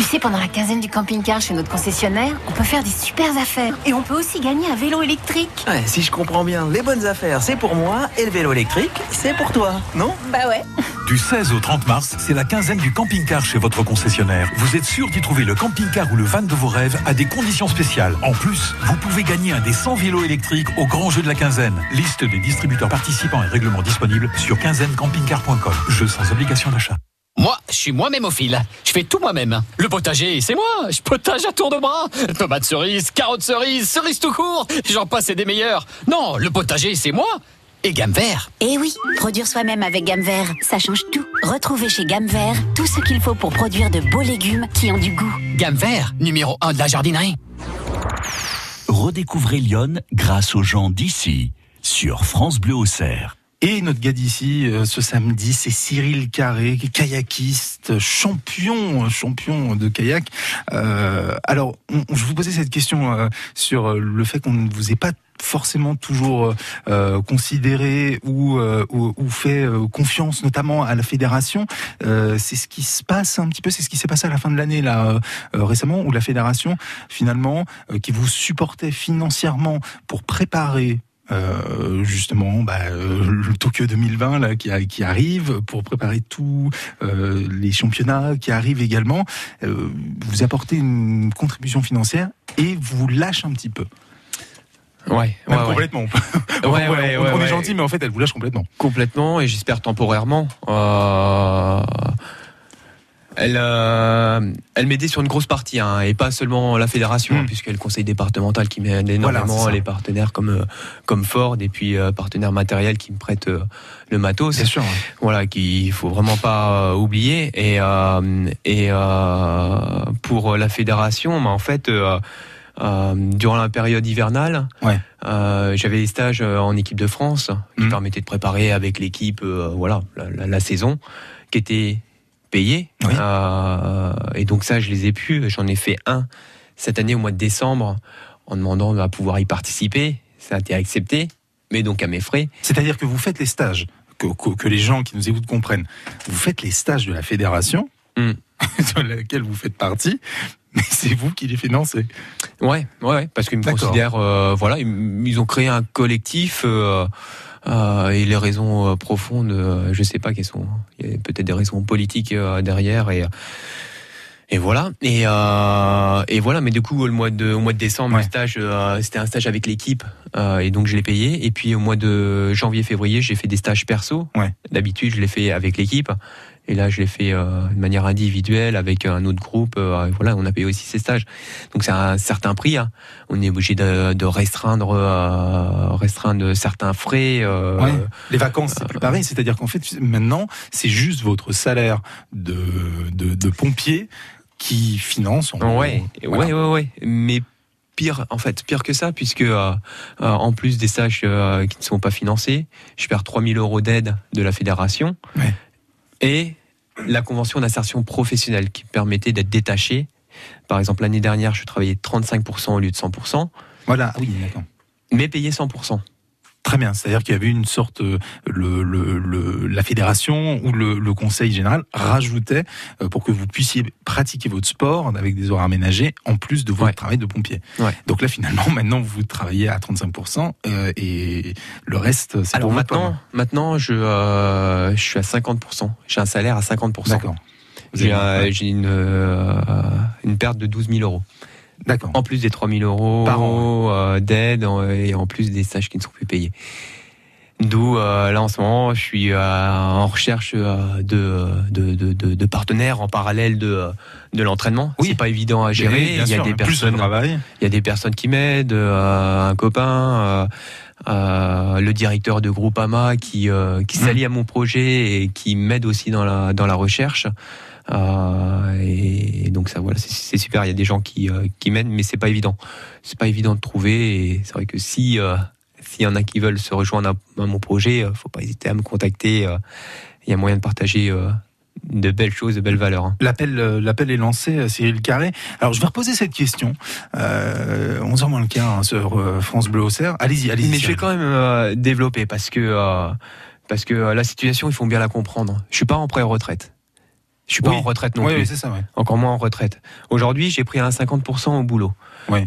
sais, pendant la quinzaine du camping-car chez notre concessionnaire, on peut faire des super affaires. Et on peut aussi gagner un vélo électrique. Ouais, si je comprends bien, les bonnes affaires, c'est pour moi, et le vélo électrique, c'est pour toi, non ? Bah ouais. Du 16 au 30 mars, c'est la quinzaine du camping-car chez votre concessionnaire. Vous êtes sûr d'y trouver le camping-car ou le van de vos rêves à des conditions spéciales. En plus, vous pouvez gagner un des 100 vélos électriques au grand jeu de la quinzaine. Liste des distributeurs participants et règlements disponibles sur quinzainecampingcar.com. Jeu sans obligation d'achat. Moi, je suis moi-même-ophile. Je fais tout moi-même. Le potager, c'est moi. Je potage à tour de bras. Tomates cerises, carottes cerises, cerises tout court. J'en passe et des meilleurs. Non, le potager, c'est moi. Et Gamme Vert. Eh oui, produire soi-même avec Gamme Vert, ça change tout. Retrouvez chez Gamme Vert tout ce qu'il faut pour produire de beaux légumes qui ont du goût. Gamme Vert, numéro 1 de la jardinerie. Redécouvrez Lyon grâce aux gens d'ici sur France Bleu Auxerre. Et notre gars d'ici, ce samedi, c'est Cyril Carré, kayakiste, champion de kayak. Alors, je vous posais cette question sur le fait qu'on ne vous ait pas forcément toujours considéré ou fait confiance, notamment à la fédération. C'est ce qui se passe un petit peu, c'est ce qui s'est passé à la fin de l'année là récemment, où la fédération finalement qui vous supportait financièrement pour préparer justement le Tokyo 2020 là qui arrive, pour préparer tous les championnats qui arrivent également, vous apportez une contribution financière et vous lâche un petit peu. Ouais, complètement. On est gentil, mais en fait, elle vous lâche complètement. Complètement, et j'espère temporairement. Elle m'aidait sur une grosse partie, hein, et pas seulement la fédération, puisqu'il y a le conseil départemental qui m'aide énormément, les partenaires comme Ford, et puis partenaires matériels qui me prêtent le matos. Bien sûr. Ouais. Voilà, qu'il faut vraiment pas oublier. Et pour la fédération, en fait, durant la période hivernale, j'avais des stages en équipe de France qui permettaient de préparer avec l'équipe, la saison, qui était payé, et donc ça je les ai pu. J'en ai fait un cette année au mois de décembre en demandant à pouvoir y participer. Ça a été accepté, mais donc à mes frais. C'est-à-dire que vous faites les stages, que les gens qui nous écoutent comprennent. Vous faites les stages de la fédération sur laquelle vous faites partie, mais c'est vous qui les financez. Ouais, parce qu'ils me considèrent, ils ont créé un collectif. Et les raisons profondes, je sais pas quelles sont. Il y a peut-être des raisons politiques derrière, et voilà. Et voilà. Mais du coup, au mois de décembre, le stage, c'était un stage avec l'équipe, et donc je l'ai payé. Et puis au mois de janvier-février, j'ai fait des stages perso. D'habitude, je l'ai fait avec l'équipe. Et là, je l'ai fait de manière individuelle avec un autre groupe. On a payé aussi ces stages. Donc c'est un certain prix. Hein. On est obligé de restreindre certains frais. Les vacances, c'est plus pareil. C'est-à-dire qu'en fait, maintenant, c'est juste votre salaire de pompier qui finance. Ouais. Mais pire que ça, puisque en plus des stages qui ne sont pas financés, je perds 3 000 € d'aide de la fédération. Et la convention d'insertion professionnelle qui permettait d'être détaché. Par exemple, l'année dernière, je travaillais 35% au lieu de 100%. Voilà, oui, d'accord. Mais payé 100%. Très bien, c'est-à-dire qu'il y avait une sorte, la fédération ou le conseil général rajoutait pour que vous puissiez pratiquer votre sport avec des horaires aménagés en plus de votre travail de pompier. Donc là, finalement, maintenant, vous travaillez à 35% et le reste, c'est pour votre part. Maintenant, je suis à 50%. J'ai un salaire à 50%. D'accord. J'ai une perte de 12 000 €. D'accord. En plus des 3 000 € d'aide, et en plus des stages qui ne sont plus payés. D'où là en ce moment, je suis en recherche de partenaires en parallèle de l'entraînement. C'est pas évident à gérer. Il y a des personnes, il y a des personnes qui m'aident, un copain, le directeur de Groupama qui s'allie à mon projet et qui m'aide aussi dans la recherche. Et donc ça, voilà, c'est super. Il y a des gens qui m'aident, mais c'est pas évident. C'est pas évident de trouver. Et c'est vrai que s'il y en a qui veulent se rejoindre à mon projet, faut pas hésiter à me contacter. Il y a moyen de partager de belles choses, de belles valeurs. L'appel est lancé, Cyril Carré. Alors je vais reposer cette question. 11h moins le quart sur France Bleu Auxerre. Allez-y. Mais Cyril, je vais quand même développer parce que la situation, il faut bien la comprendre. Je suis pas en pré-retraite. Je suis pas en retraite non plus. Oui, c'est ça, ouais. Encore moins en retraite. Aujourd'hui, j'ai pris un 50% au boulot. Ouais.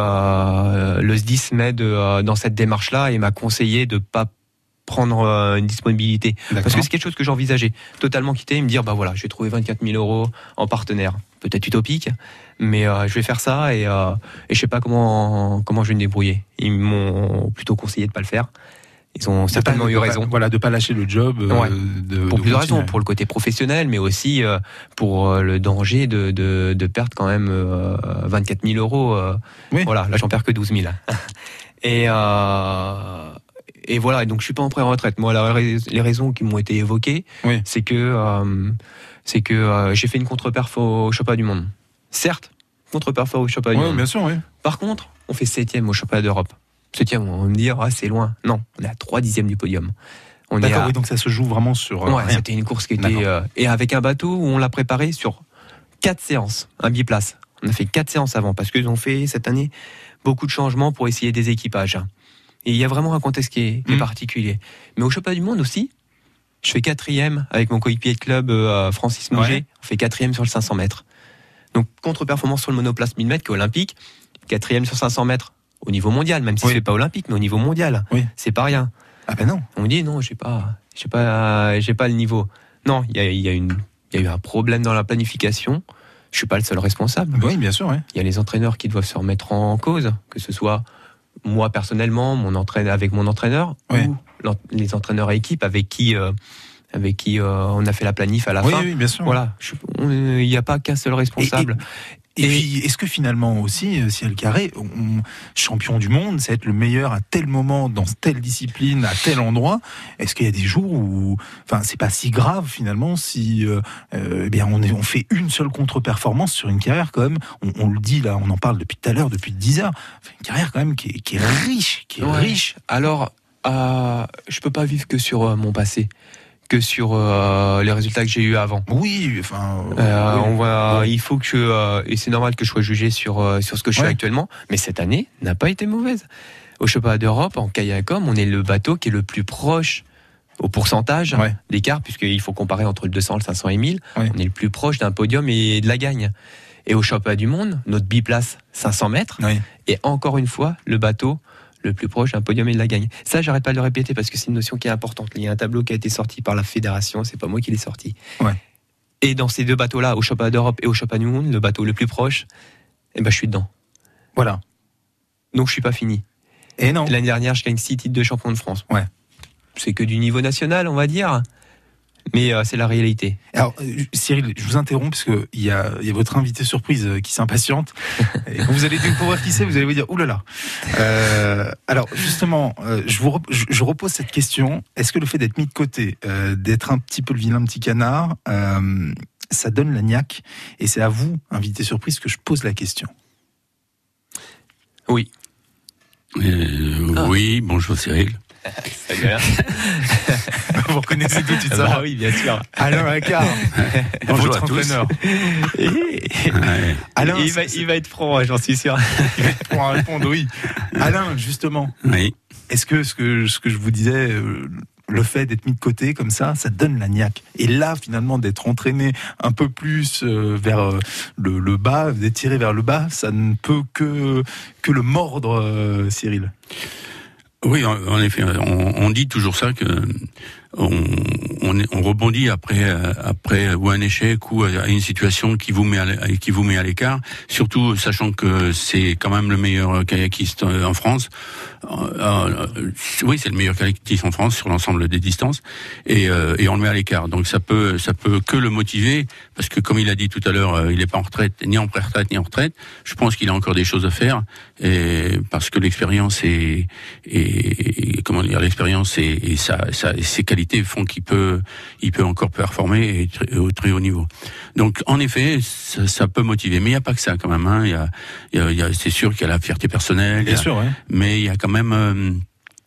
Le SDIS m'aide dans cette démarche-là et m'a conseillé de pas prendre une disponibilité. Parce que c'est quelque chose que j'envisageais. Totalement quitter et me dire, bah voilà, je vais trouver 24 000 euros en partenaire. Peut-être utopique, mais je vais faire ça et je sais pas comment je vais me débrouiller. Ils m'ont plutôt conseillé de pas le faire. Ils ont certainement eu raison. Voilà, de pas lâcher le job. Pour plusieurs raisons, pour le côté professionnel, mais aussi pour le danger de perdre quand même 24 000 euros. Voilà, là j'en perds que 12 000. Et voilà, et donc je suis pas en pré-retraite. Moi, les raisons qui m'ont été évoquées, c'est que j'ai fait une contre-perf au Championnat du Monde. Certes, contre-perf au Championnat du Monde. Bien sûr, oui. Par contre, on fait 7e au Championnat d'Europe. 7e, on va me dire, c'est loin. Non, on est à 3/10 du podium. D'accord, oui, donc ça se joue vraiment sur... c'était une course qui était... et avec un bateau où on l'a préparé sur 4 séances, un biplace. On a fait 4 séances avant, parce qu'ils ont fait, cette année, beaucoup de changements pour essayer des équipages. Et il y a vraiment un contexte qui est particulier. Mais au Championnat du Monde aussi, je fais 4e avec mon coéquipier de club, Francis Mouget. On fait 4e sur le 500 mètres. Donc, contre-performance sur le monoplace 1000 mètres, qui est olympique. 4e sur 500 mètres au niveau mondial, même si c'est pas olympique, mais au niveau mondial. C'est pas rien. Ah ben non. On me dit, non, j'ai pas le niveau. Non, il y a eu un problème dans la planification. Je suis pas le seul responsable. Oui, bien sûr, Il y a les entraîneurs qui doivent se remettre en cause, que ce soit moi personnellement, avec mon entraîneur, ou les entraîneurs à équipe avec qui on a fait la planif à la fin. Oui, bien sûr. Voilà, il n'y a pas qu'un seul responsable. Et puis, est-ce que finalement aussi, Cyril Carré, champion du monde, c'est être le meilleur à tel moment, dans telle discipline, à tel endroit, est-ce qu'il y a des jours où, c'est pas si grave finalement si on fait une seule contre-performance sur une carrière quand même, on le dit là, on en parle depuis tout à l'heure, depuis 10 heures, une carrière quand même qui est riche, riche. Alors, je peux pas vivre que sur mon passé, que sur les résultats que j'ai eu avant. Oui, il faut que et c'est normal que je sois jugé sur ce que je fais actuellement, mais cette année n'a pas été mauvaise. Au Championnat d'Europe en kayakom, on est le bateau qui est le plus proche au pourcentage d'écart, puisqu'il faut comparer entre le 200, le 500 et 1000. On est le plus proche d'un podium et de la gagne. Et au Championnat du Monde, notre biplace 500 mètres est encore une fois le bateau le plus proche d'un podium et de la gagne. Ça, j'arrête pas de le répéter parce que c'est une notion qui est importante. Il y a un tableau qui a été sorti par la fédération, c'est pas moi qui l'ai sorti. Et dans ces deux bateaux-là, au Championnat d'Europe et au Championnat du Monde, le bateau le plus proche, je suis dedans. Voilà. Donc je suis pas fini. Et non. L'année dernière, je gagne 6 titres de champion de France. C'est que du niveau national, on va dire. Mais c'est la réalité. Alors, Cyril, je vous interromps parce que il y a votre invité surprise qui s'impatiente. Et quand vous allez découvrir qui c'est, vous allez vous dire oulala. Alors justement, je repose cette question. Est-ce que le fait d'être mis de côté, d'être un petit peu le vilain petit canard, ça donne la niaque? Et c'est à vous, invité surprise, que je pose la question. Oui. Oui, bonjour Cyril. Vous reconnaissez tout de suite ça? Oui, bien sûr. Alain Accard, bonjour votre entraîneur. Alain, il va être franc, j'en suis sûr. Il va être franc à répondre, oui. Alain, justement. Oui. Est-ce que ce que je vous disais, le fait d'être mis de côté comme ça donne la niaque. Et là, finalement, d'être entraîné un peu plus vers le bas, d'être tiré vers le bas, ça ne peut que le mordre, Cyril. Oui, en effet, on dit toujours ça, que on rebondit après ou un échec ou à une situation qui vous met à l'écart, surtout sachant que c'est quand même le meilleur kayakiste en France. Oui, c'est le meilleur kayakiste en France sur l'ensemble des distances, et on le met à l'écart. Donc ça peut que le motiver, parce que comme il a dit tout à l'heure, il n'est pas en retraite, ni en pré-retraite, ni en retraite. Je pense qu'il a encore des choses à faire, et parce que l'expérience et ses qualités font qu'il peut encore performer au très haut niveau. Donc en effet, ça peut motiver, mais il n'y a pas que ça quand même. Hein. C'est sûr qu'il y a la fierté personnelle, bien sûr, mais il y a quand même,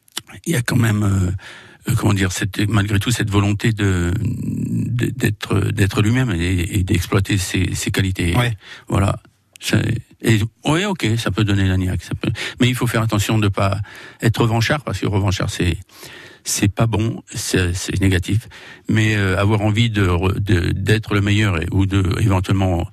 comment dire, malgré tout cette volonté d'être lui-même et d'exploiter ses qualités. Voilà. Oui, ok, ça peut donner la niaque. Mais il faut faire attention de pas être revanchard, parce que revanchard, c'est c'est pas bon, c'est négatif. Mais avoir envie d'être le meilleur ou de éventuellement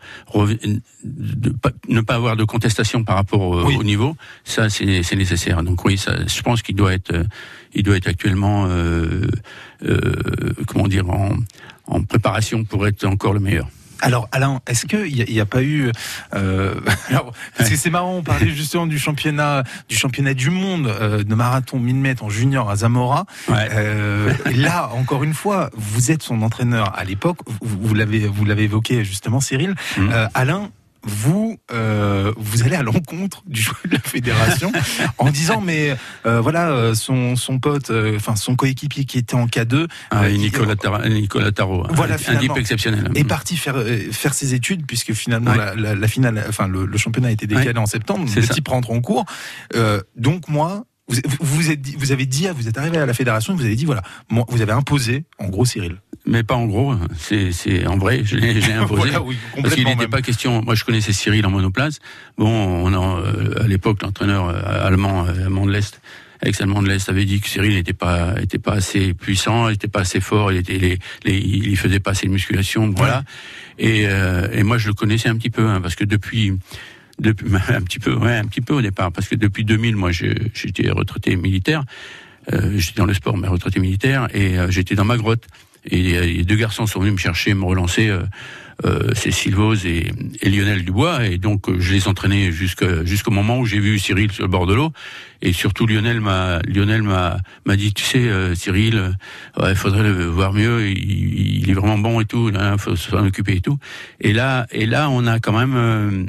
ne pas avoir de contestation par rapport au niveau, ça c'est nécessaire. Donc oui, ça, je pense qu'il doit être actuellement comment dire en préparation pour être encore le meilleur. Alors Alain, est-ce qu'il n'y a pas eu alors, parce que c'est marrant, on parlait justement du championnat du monde de marathon 1000 mètres en junior à Zamora. Là, encore une fois, vous êtes son entraîneur à l'époque. Vous l'avez évoqué justement, Cyril. Alain, vous allez à l'encontre du choix de la fédération en disant mais voilà son pote, enfin son coéquipier qui était en K2, Nicolas Tarot, voilà, un type exceptionnel, est parti faire ses études puisque finalement la finale, enfin le championnat a été décalé en septembre, le type rentre en cours. Donc moi. Vous êtes arrivé à la fédération et vous avez dit voilà, moi, vous avez imposé en gros Cyril. Mais pas en gros, c'est en vrai, je l'ai imposé. Voilà, oui, parce qu'il n'était pas question. Moi, je connaissais Cyril en monoplace. Bon, à l'époque, l'entraîneur allemand de l'Est, ex-allemand de l'Est, avait dit que Cyril n'était pas assez puissant, n'était pas assez fort, il faisait pas assez de musculation, voilà. Et moi, je le connaissais un petit peu, parce que depuis un petit peu au départ, parce que depuis 2000, moi, j'étais retraité militaire. J'étais dans le sport, mais retraité militaire, et j'étais dans ma grotte. Et les deux garçons sont venus me chercher, me relancer, c'est Sylvose et Lionel Dubois, et donc je les entraînais jusqu'au moment où j'ai vu Cyril sur le bord de l'eau, et surtout Lionel m'a dit, tu sais, Cyril, faudrait le voir mieux, il est vraiment bon et tout, il faut s'en occuper et tout. Et là, on a quand même,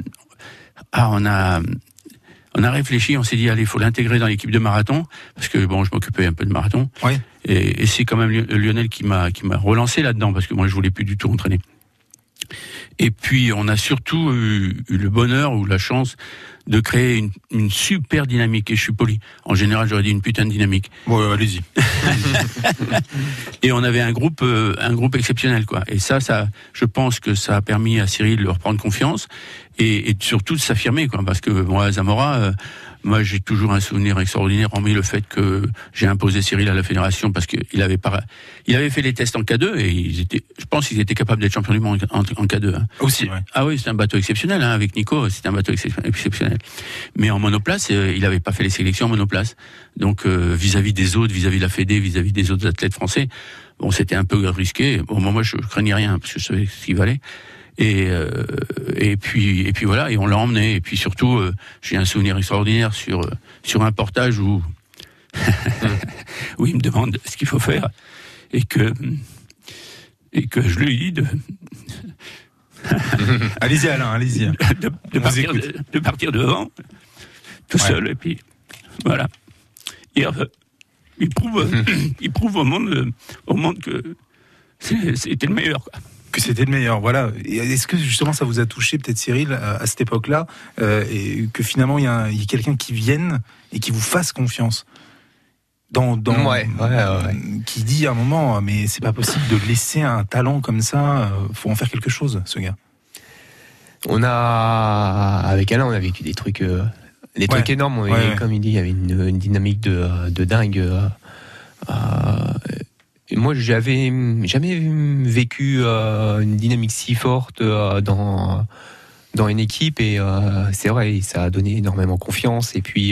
on a réfléchi, on s'est dit, allez, il faut l'intégrer dans l'équipe de marathon, parce que bon, je m'occupais un peu de marathon. Oui. Et c'est quand même Lionel qui m'a relancé là-dedans, parce que moi, je voulais plus du tout entraîner. Et puis, on a surtout eu le bonheur ou la chance de créer une super dynamique. Et je suis poli. En général, j'aurais dit une putain de dynamique. Bon, allez-y. Et on avait un groupe exceptionnel, quoi. Et ça, je pense que ça a permis à Cyril de reprendre confiance et surtout de s'affirmer, quoi. Parce que moi, à Zamora, moi, j'ai toujours un souvenir extraordinaire, hormis le fait que j'ai imposé Cyril à la fédération parce qu'il avait fait les tests en K2 et je pense qu'ils étaient capables d'être champions du monde en K2. Hein. Aussi, ouais. Ah oui, c'est un bateau exceptionnel, hein, avec Nico, c'est un bateau exceptionnel. Mais en monoplace, il n'avait pas fait les sélections en monoplace. Donc, vis-à-vis des autres, vis-à-vis de la Fédé, vis-à-vis des autres athlètes français, bon, c'était un peu risqué. Bon, moi, je craignais rien parce que je savais ce qu'il valait. Et puis voilà, et on l'a emmené. Et puis surtout, j'ai un souvenir extraordinaire sur un portage où il me demande ce qu'il faut faire et que je lui dis allez-y Alain, allez-y. de partir devant tout seul, et puis voilà. Il prouve au monde que c'était le meilleur, quoi. Que c'était le meilleur, voilà. Et est-ce que justement ça vous a touché, peut-être Cyril, à cette époque-là, et que finalement il y a quelqu'un qui vienne et qui vous fasse confiance qui dit à un moment, mais c'est pas possible de laisser un talent comme ça, faut en faire quelque chose, ce gars. Avec Alain, on a vécu des trucs énormes. Comme il dit, il y avait une dynamique de dingue. Et moi, j'avais jamais vécu une dynamique si forte dans une équipe, et c'est vrai, ça a donné énormément confiance. Et puis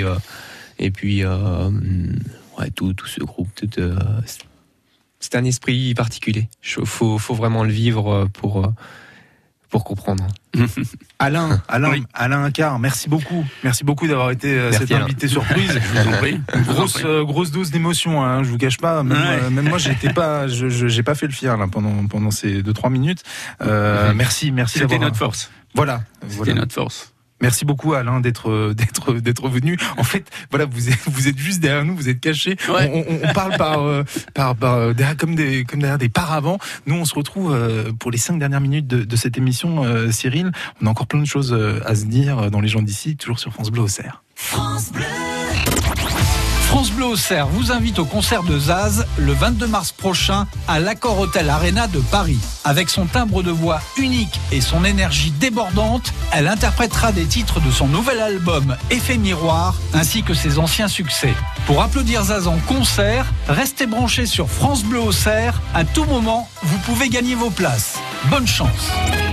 tout ce groupe, c'est un esprit particulier. Faut vraiment le vivre pour comprendre. Alain Incart, merci beaucoup d'avoir été cet invité surprise. Je vous en prie. Grosse dose d'émotion, hein, je vous cache pas. Même moi, j'ai pas fait le fier là pendant ces 2-3 minutes. Merci. C'était notre force. Voilà. C'était notre force. Merci beaucoup Alain d'être venu. En fait, voilà, vous êtes juste derrière nous, vous êtes cachés. Ouais. On parle comme derrière des paravents. Nous, on se retrouve pour les 5 dernières minutes de cette émission, Cyril. On a encore plein de choses à se dire dans Les gens d'ici, toujours sur France Bleu Auxerre. France Bleu. France Bleu Auxerre vous invite au concert de Zaz le 22 mars prochain à l'Accor Hotel Arena de Paris. Avec son timbre de voix unique et son énergie débordante, elle interprétera des titres de son nouvel album Effet Miroir ainsi que ses anciens succès. Pour applaudir Zaz en concert, restez branchés sur France Bleu Auxerre. À tout moment, vous pouvez gagner vos places. Bonne chance.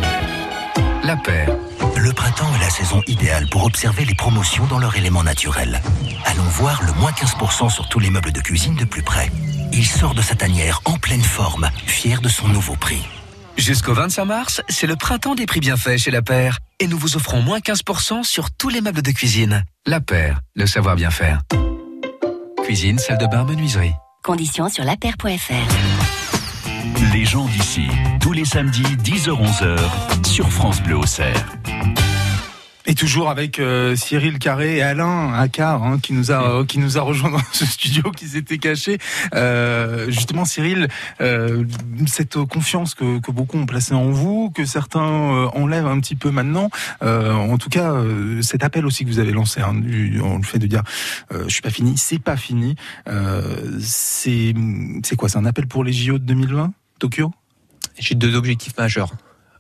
La Paire. Le printemps est la saison idéale pour observer les promotions dans leur élément naturel. Allons voir le moins 15% sur tous les meubles de cuisine de plus près. Il sort de sa tanière en pleine forme, fier de son nouveau prix. Jusqu'au 25 mars, c'est le printemps des prix bienfaits chez La Paire. Et nous vous offrons moins 15% sur tous les meubles de cuisine. La Paire, le savoir bien faire. Cuisine, salle de bain, menuiserie. Conditions sur lapaire.fr. Les gens d'ici, tous les samedis 10h-11h sur France Bleu Auxerre. Et toujours avec Cyril Carré et Alain Accard qui nous a rejoint dans ce studio qui s'était caché. Justement, Cyril, cette confiance que beaucoup ont placée en vous, que certains enlèvent un petit peu maintenant. En tout cas, cet appel aussi que vous avez lancé, le fait de dire je suis pas fini, c'est pas fini. C'est quoi? C'est un appel pour les JO de 2020, Tokyo? J'ai 2 objectifs majeurs.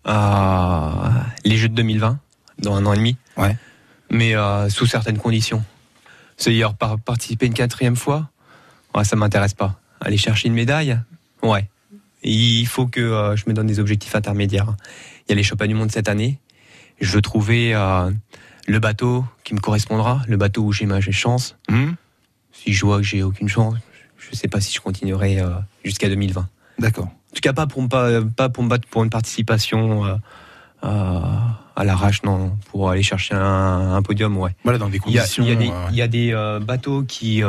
Les Jeux de 2020. Dans 1 an et demi, ouais. Mais sous certaines conditions. C'est-à-dire participer une 4e fois, ouais, ça m'intéresse pas. Aller chercher une médaille, ouais. Et il faut que je me donne des objectifs intermédiaires. Il y a les Championnats du monde cette année. Je veux trouver le bateau qui me correspondra, le bateau où j'ai ma chance. Si je vois que j'ai aucune chance, je sais pas si je continuerai jusqu'à 2020. D'accord. En tout cas, pas pour me battre pour une participation à l'arrache, non, pour aller chercher un podium, ouais. Voilà, dans des conditions. Il y a des bateaux qui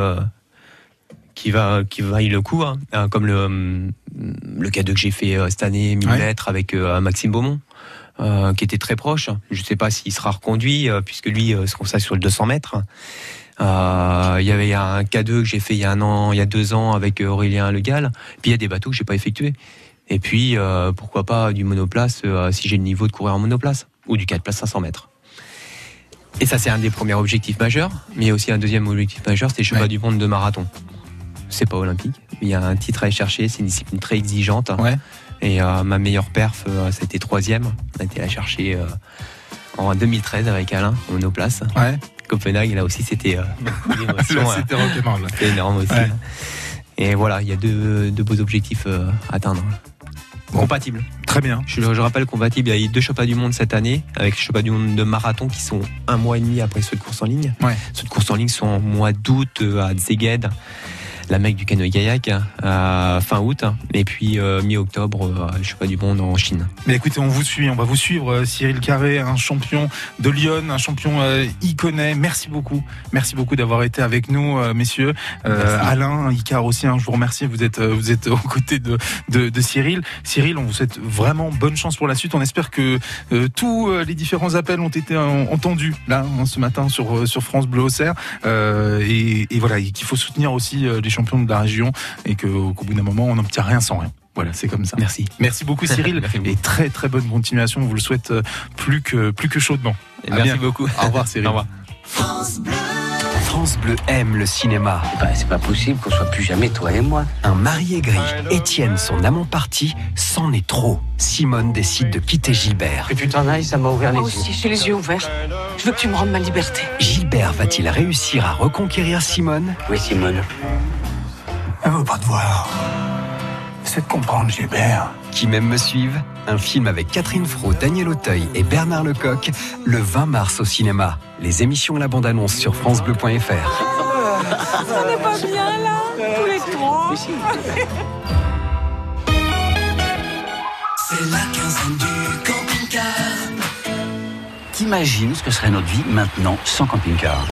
vaillent le coup, comme le K2 que j'ai fait cette année, 1000 mètres avec Maxime Beaumont, qui était très proche. Je ne sais pas s'il sera reconduit, puisque lui se consacre sur le 200 mètres. Il y avait un K2 que j'ai fait il y a 2 ans avec Aurélien Le Gall. Puis il y a des bateaux que j'ai pas effectués. Et puis, pourquoi pas du monoplace, si j'ai le niveau de courir en monoplace, ou du 4 places 500 mètres. Et ça, c'est un des premiers objectifs majeurs. Mais il y a aussi un deuxième objectif majeur, c'est le championnat du monde de marathon. C'est pas olympique, mais il y a un titre à aller chercher, c'est une discipline très exigeante. Ouais. Et ma meilleure perf, c'était 3e. On a été la chercher en 2013 avec Alain, en monoplace. Ouais. Copenhague, et là aussi, c'était une émotion. C'était rock'n'roll. C'était énorme aussi. Ouais. Et voilà, il y a deux beaux objectifs à atteindre. Compatibles. Très bien. Je rappelle compatibles. Il y a eu 2 championnats du monde cette année, avec les championnats du monde de marathon qui sont 1 mois et demi après ceux de course en ligne. Ouais. Ceux de course en ligne sont en mois d'août à Szeged, la Mecque du canoë-kayak, fin août, et puis mi-octobre, le championnat du monde en Chine. Mais écoutez, on va vous suivre, Cyril Carré, un champion de Lyon, un champion iconais. Merci beaucoup d'avoir été avec nous, messieurs. Alain, Icare aussi, je vous remercie. Vous êtes aux côtés de Cyril. Cyril, on vous souhaite vraiment bonne chance pour la suite. On espère que tous les différents appels ont été entendus là ce matin sur France Bleu Auxerre, et voilà, et qu'il faut soutenir aussi les champions de la région, et qu'au bout d'un moment on n'obtient rien sans rien. Voilà, c'est comme ça. Merci beaucoup, Cyril. Et très très bonne continuation, on vous le souhaite plus que chaudement. Merci beaucoup. Au revoir, Cyril. Au revoir. France Bleu aime le cinéma. C'est pas possible qu'on soit plus jamais toi et moi. Un mari aigri, Étienne, son amant parti, c'en est trop. Simone décide de quitter Gilbert. Que tu t'en ailles, ça m'a ouvert les yeux. Moi aussi, j'ai les yeux ouverts. Je veux que tu me rendes ma liberté. Gilbert va-t-il réussir à reconquérir Simone? Oui, Simone. Elle veut pas te voir. C'est de comprendre, Gilbert. Qui m'aime me suive, un film avec Catherine Fro, Daniel Auteuil et Bernard Lecoq, le 20 mars au cinéma. Les émissions et la bande-annonce sur francebleu.fr. On n'est pas bien là, tous les 3. C'est la quinzaine du camping-car. T'imagines ce que serait notre vie maintenant sans camping-car?